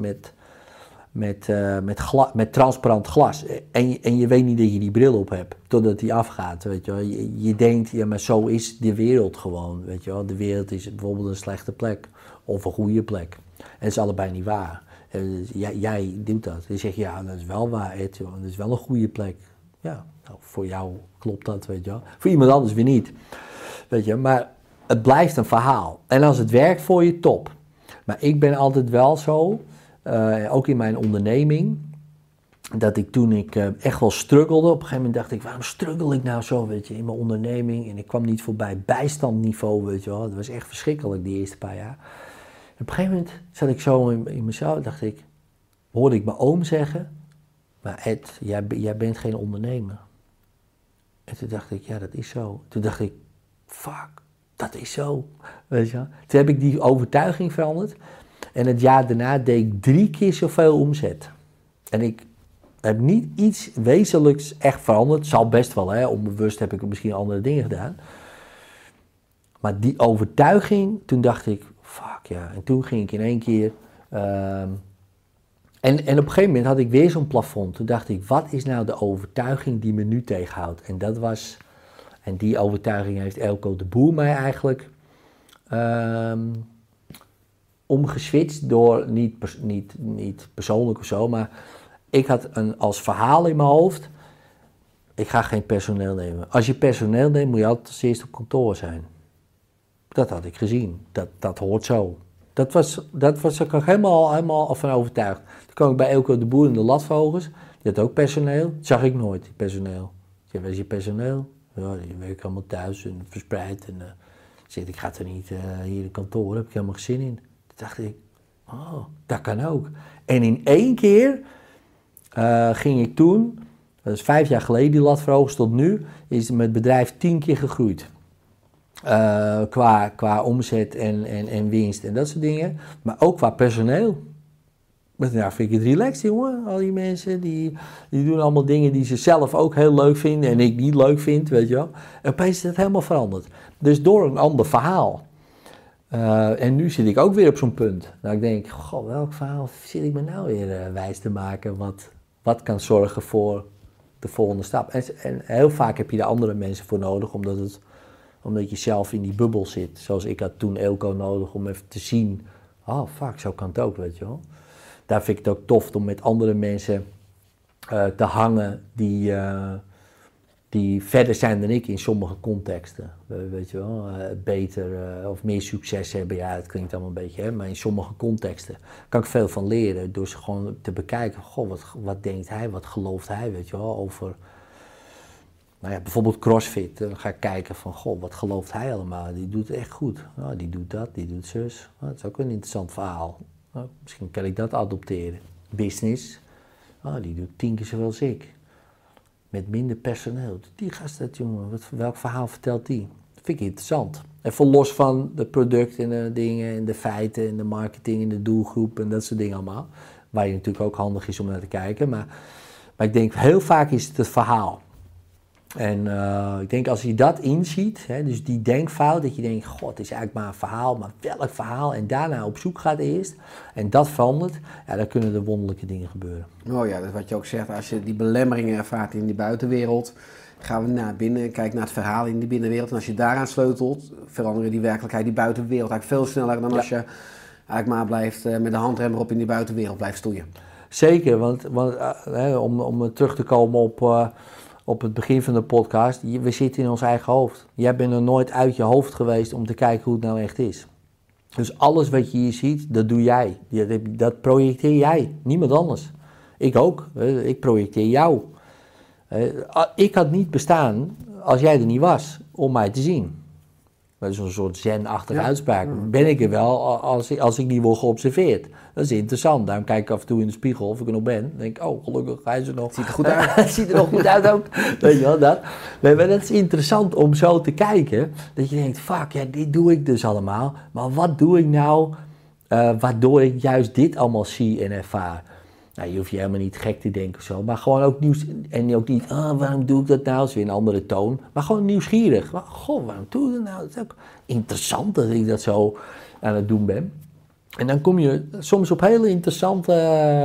met transparant glas. En je weet niet dat je die bril op hebt, totdat die afgaat, weet je wel. Je denkt, ja, maar zo is de wereld gewoon, weet je wel. De wereld is bijvoorbeeld een slechte plek, of een goede plek. En dat is allebei niet waar. Jij doet dat. Je zegt, ja, dat is wel waar, Ed, dat is wel een goede plek. Ja, nou, voor jou klopt dat, weet je wel. Voor iemand anders weer niet. Weet je, maar het blijft een verhaal. En als het werkt voor je, top. Maar ik ben altijd wel zo, ook in mijn onderneming, dat toen ik echt wel struggelde, op een gegeven moment dacht ik, waarom struggle ik nou zo, weet je, in mijn onderneming? En ik kwam niet voorbij bijstandniveau, weet je wel. Dat was echt verschrikkelijk, die eerste paar jaar. En op een gegeven moment zat ik zo in mezelf, dacht ik, hoorde ik mijn oom zeggen, maar Ed, jij bent geen ondernemer. En toen dacht ik, ja, dat is zo. Toen dacht ik, fuck, dat is zo. Weet je wel? Toen heb ik die overtuiging veranderd. En het jaar daarna deed ik 3 keer zoveel omzet. En ik heb niet iets wezenlijks echt veranderd. Zal best wel, onbewust heb ik misschien andere dingen gedaan. Maar die overtuiging, toen dacht ik, fuck ja. En toen ging ik in één keer... En op een gegeven moment had ik weer zo'n plafond. Toen dacht ik, wat is nou de overtuiging die me nu tegenhoudt? En dat was... En die overtuiging heeft Eelco de Boer mij eigenlijk omgeswitcht door, niet persoonlijk of zo, maar ik had als verhaal in mijn hoofd, ik ga geen personeel nemen. Als je personeel neemt, moet je altijd als eerste op kantoor zijn. Dat had ik gezien. Dat hoort zo. Dat was ik ook helemaal van overtuigd. Toen kwam ik bij Eelco de Boer in de Latvogels. Die had ook personeel. Dat zag ik nooit, die personeel. Ik zei, waar is je personeel? Ja, die werken allemaal thuis en verspreid. En ik ga er niet hier in kantoor, daar heb ik helemaal geen zin in. Toen dacht ik, oh, dat kan ook. En in één keer ging ik toen, dat is 5 jaar geleden, die Latvogels tot nu, is mijn bedrijf 10 keer gegroeid. Qua omzet en winst en dat soort dingen. Maar ook qua personeel. Nou, vind ik het relaxed, jongen. Al die mensen, die doen allemaal dingen die ze zelf ook heel leuk vinden en ik niet leuk vind, weet je wel. En opeens is het helemaal veranderd. Dus door een ander verhaal. En nu zit ik ook weer op zo'n punt. Nou, ik denk, goh, welk verhaal zit ik me nou weer wijs te maken? Wat kan zorgen voor de volgende stap? En heel vaak heb je daar andere mensen voor nodig, omdat je zelf in die bubbel zit. Zoals ik had toen Eelco nodig om even te zien, oh fuck, zo kan het ook, weet je wel. Daar vind ik het ook tof om met andere mensen te hangen die verder zijn dan ik in sommige contexten. Weet je wel, beter of meer succes hebben. Ja, het klinkt allemaal een beetje, hè, maar in sommige contexten kan ik veel van leren. Door ze gewoon te bekijken, goh, wat denkt hij, wat gelooft hij, weet je wel, over... Nou ja, bijvoorbeeld CrossFit, dan ga ik kijken van, goh, wat gelooft hij allemaal? Die doet het echt goed. Nou, die doet dat, die doet zus. Nou, dat is ook een interessant verhaal. Nou, misschien kan ik dat adopteren. Business, die doet 10 keer zoveel als ik. Met minder personeel. Die gast, dat jongen, welk verhaal vertelt die? Dat vind ik interessant. Even los van de producten en de dingen en de feiten en de marketing en de doelgroep en dat soort dingen allemaal. Waar je natuurlijk ook handig is om naar te kijken. Maar ik denk, heel vaak is het verhaal. En ik denk als je dat inziet, hè, dus die denkfout, dat je denkt, god, het is eigenlijk maar een verhaal, maar welk verhaal? En daarna op zoek gaat eerst, en dat verandert, ja, dan kunnen er wonderlijke dingen gebeuren. Oh ja, dat is wat je ook zegt, als je die belemmeringen ervaart in die buitenwereld, gaan we naar binnen, kijk naar het verhaal in die binnenwereld. En als je daaraan sleutelt, veranderen die werkelijkheid, die buitenwereld eigenlijk veel sneller dan als je eigenlijk maar blijft met de handrem erop in die buitenwereld blijft stoeien. Zeker, want om terug te komen op het begin van de podcast, we zitten in ons eigen hoofd. Jij bent er nooit uit je hoofd geweest om te kijken hoe het nou echt is. Dus alles wat je hier ziet, dat doe jij. Dat projecteer jij, niemand anders. Ik ook, ik projecteer jou. Ik had niet bestaan als jij er niet was, om mij te zien. Dat is een soort zen-achtige uitspraak. Ben ik er wel als ik niet word geobserveerd. Dat is interessant. Daarom kijk ik af en toe in de spiegel of ik er nog ben. Dan denk ik, oh gelukkig, hij is er nog. Ziet er goed uit. Het ziet er nog goed uit ook. Weet je wel, dat. Nee, maar dat is interessant om zo te kijken. Dat je denkt, fuck, ja, dit doe ik dus allemaal. Maar wat doe ik nou waardoor ik juist dit allemaal zie en ervaar? Nou, je hoeft je helemaal niet gek te denken of zo, maar gewoon ook nieuws. En ook niet, waarom doe ik dat nou? Dat is weer een andere toon. Maar gewoon nieuwsgierig. Goh, waarom doe ik dat nou? Het is ook interessant dat ik dat zo aan het doen ben. En dan kom je soms op hele interessante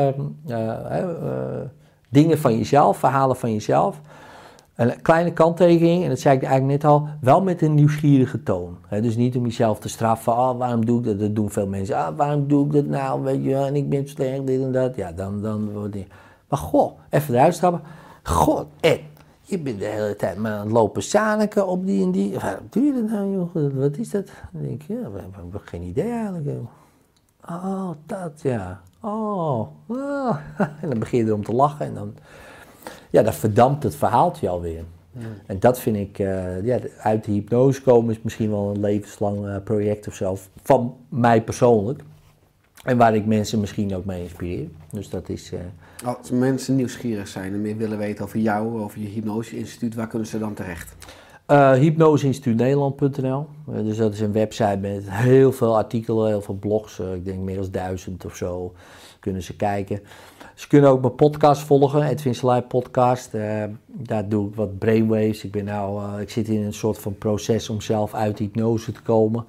dingen van jezelf, verhalen van jezelf. Een kleine kanttekening, en dat zei ik eigenlijk net al, wel met een nieuwsgierige toon. Dus niet om jezelf te straffen, waarom doe ik dat? Dat doen veel mensen. Waarom doe ik dat nou? Weet je, en ik ben slecht, dit en dat. Ja, dan wordt het. Maar goh, even eruit stappen. Goh, Ed, je bent de hele tijd maar aan het lopen zaniken op die en die. Waarom doe je dat nou, joh? Wat is dat? Dan denk ik, ja, we hebben geen idee eigenlijk. Oh, dat, ja. Oh. En dan begin je erom te lachen en dan... Ja, dat verdampt het verhaaltje alweer. Ja. En dat vind ik, uit de hypnose komen is misschien wel een levenslang project of zo, van mij persoonlijk. En waar ik mensen misschien ook mee inspireer. Dus dat is... Als mensen nieuwsgierig zijn en meer willen weten over jou, over je hypnoseinstituut, waar kunnen ze dan terecht? Hypnoseinstituutnederland.nl. Dus dat is een website met heel veel artikelen, heel veel blogs. Ik denk meer dan 1000 of zo kunnen ze kijken. Ze kunnen ook mijn podcast volgen, Edwin Selei podcast. Daar doe ik wat brainwaves. Ik zit in een soort van proces om zelf uit hypnose te komen.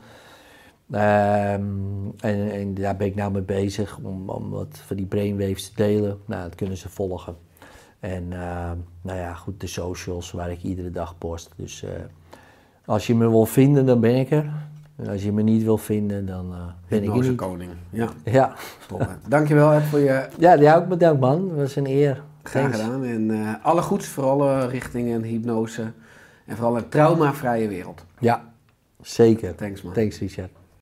En daar ben ik nou mee bezig om wat van die brainwaves te delen. Nou, dat kunnen ze volgen. En goed, de socials waar ik iedere dag post. Dus als je me wil vinden, dan ben ik er. En als je me niet wil vinden, dan ben ik er niet. Koning. Ja. Dankjewel Ed voor je... Ja, die ook bedankt man. Dat was een eer. Graag gedaan. En alle goeds voor alle richtingen hypnose. En vooral een traumavrije wereld. Ja, zeker. Thanks man. Thanks Richard.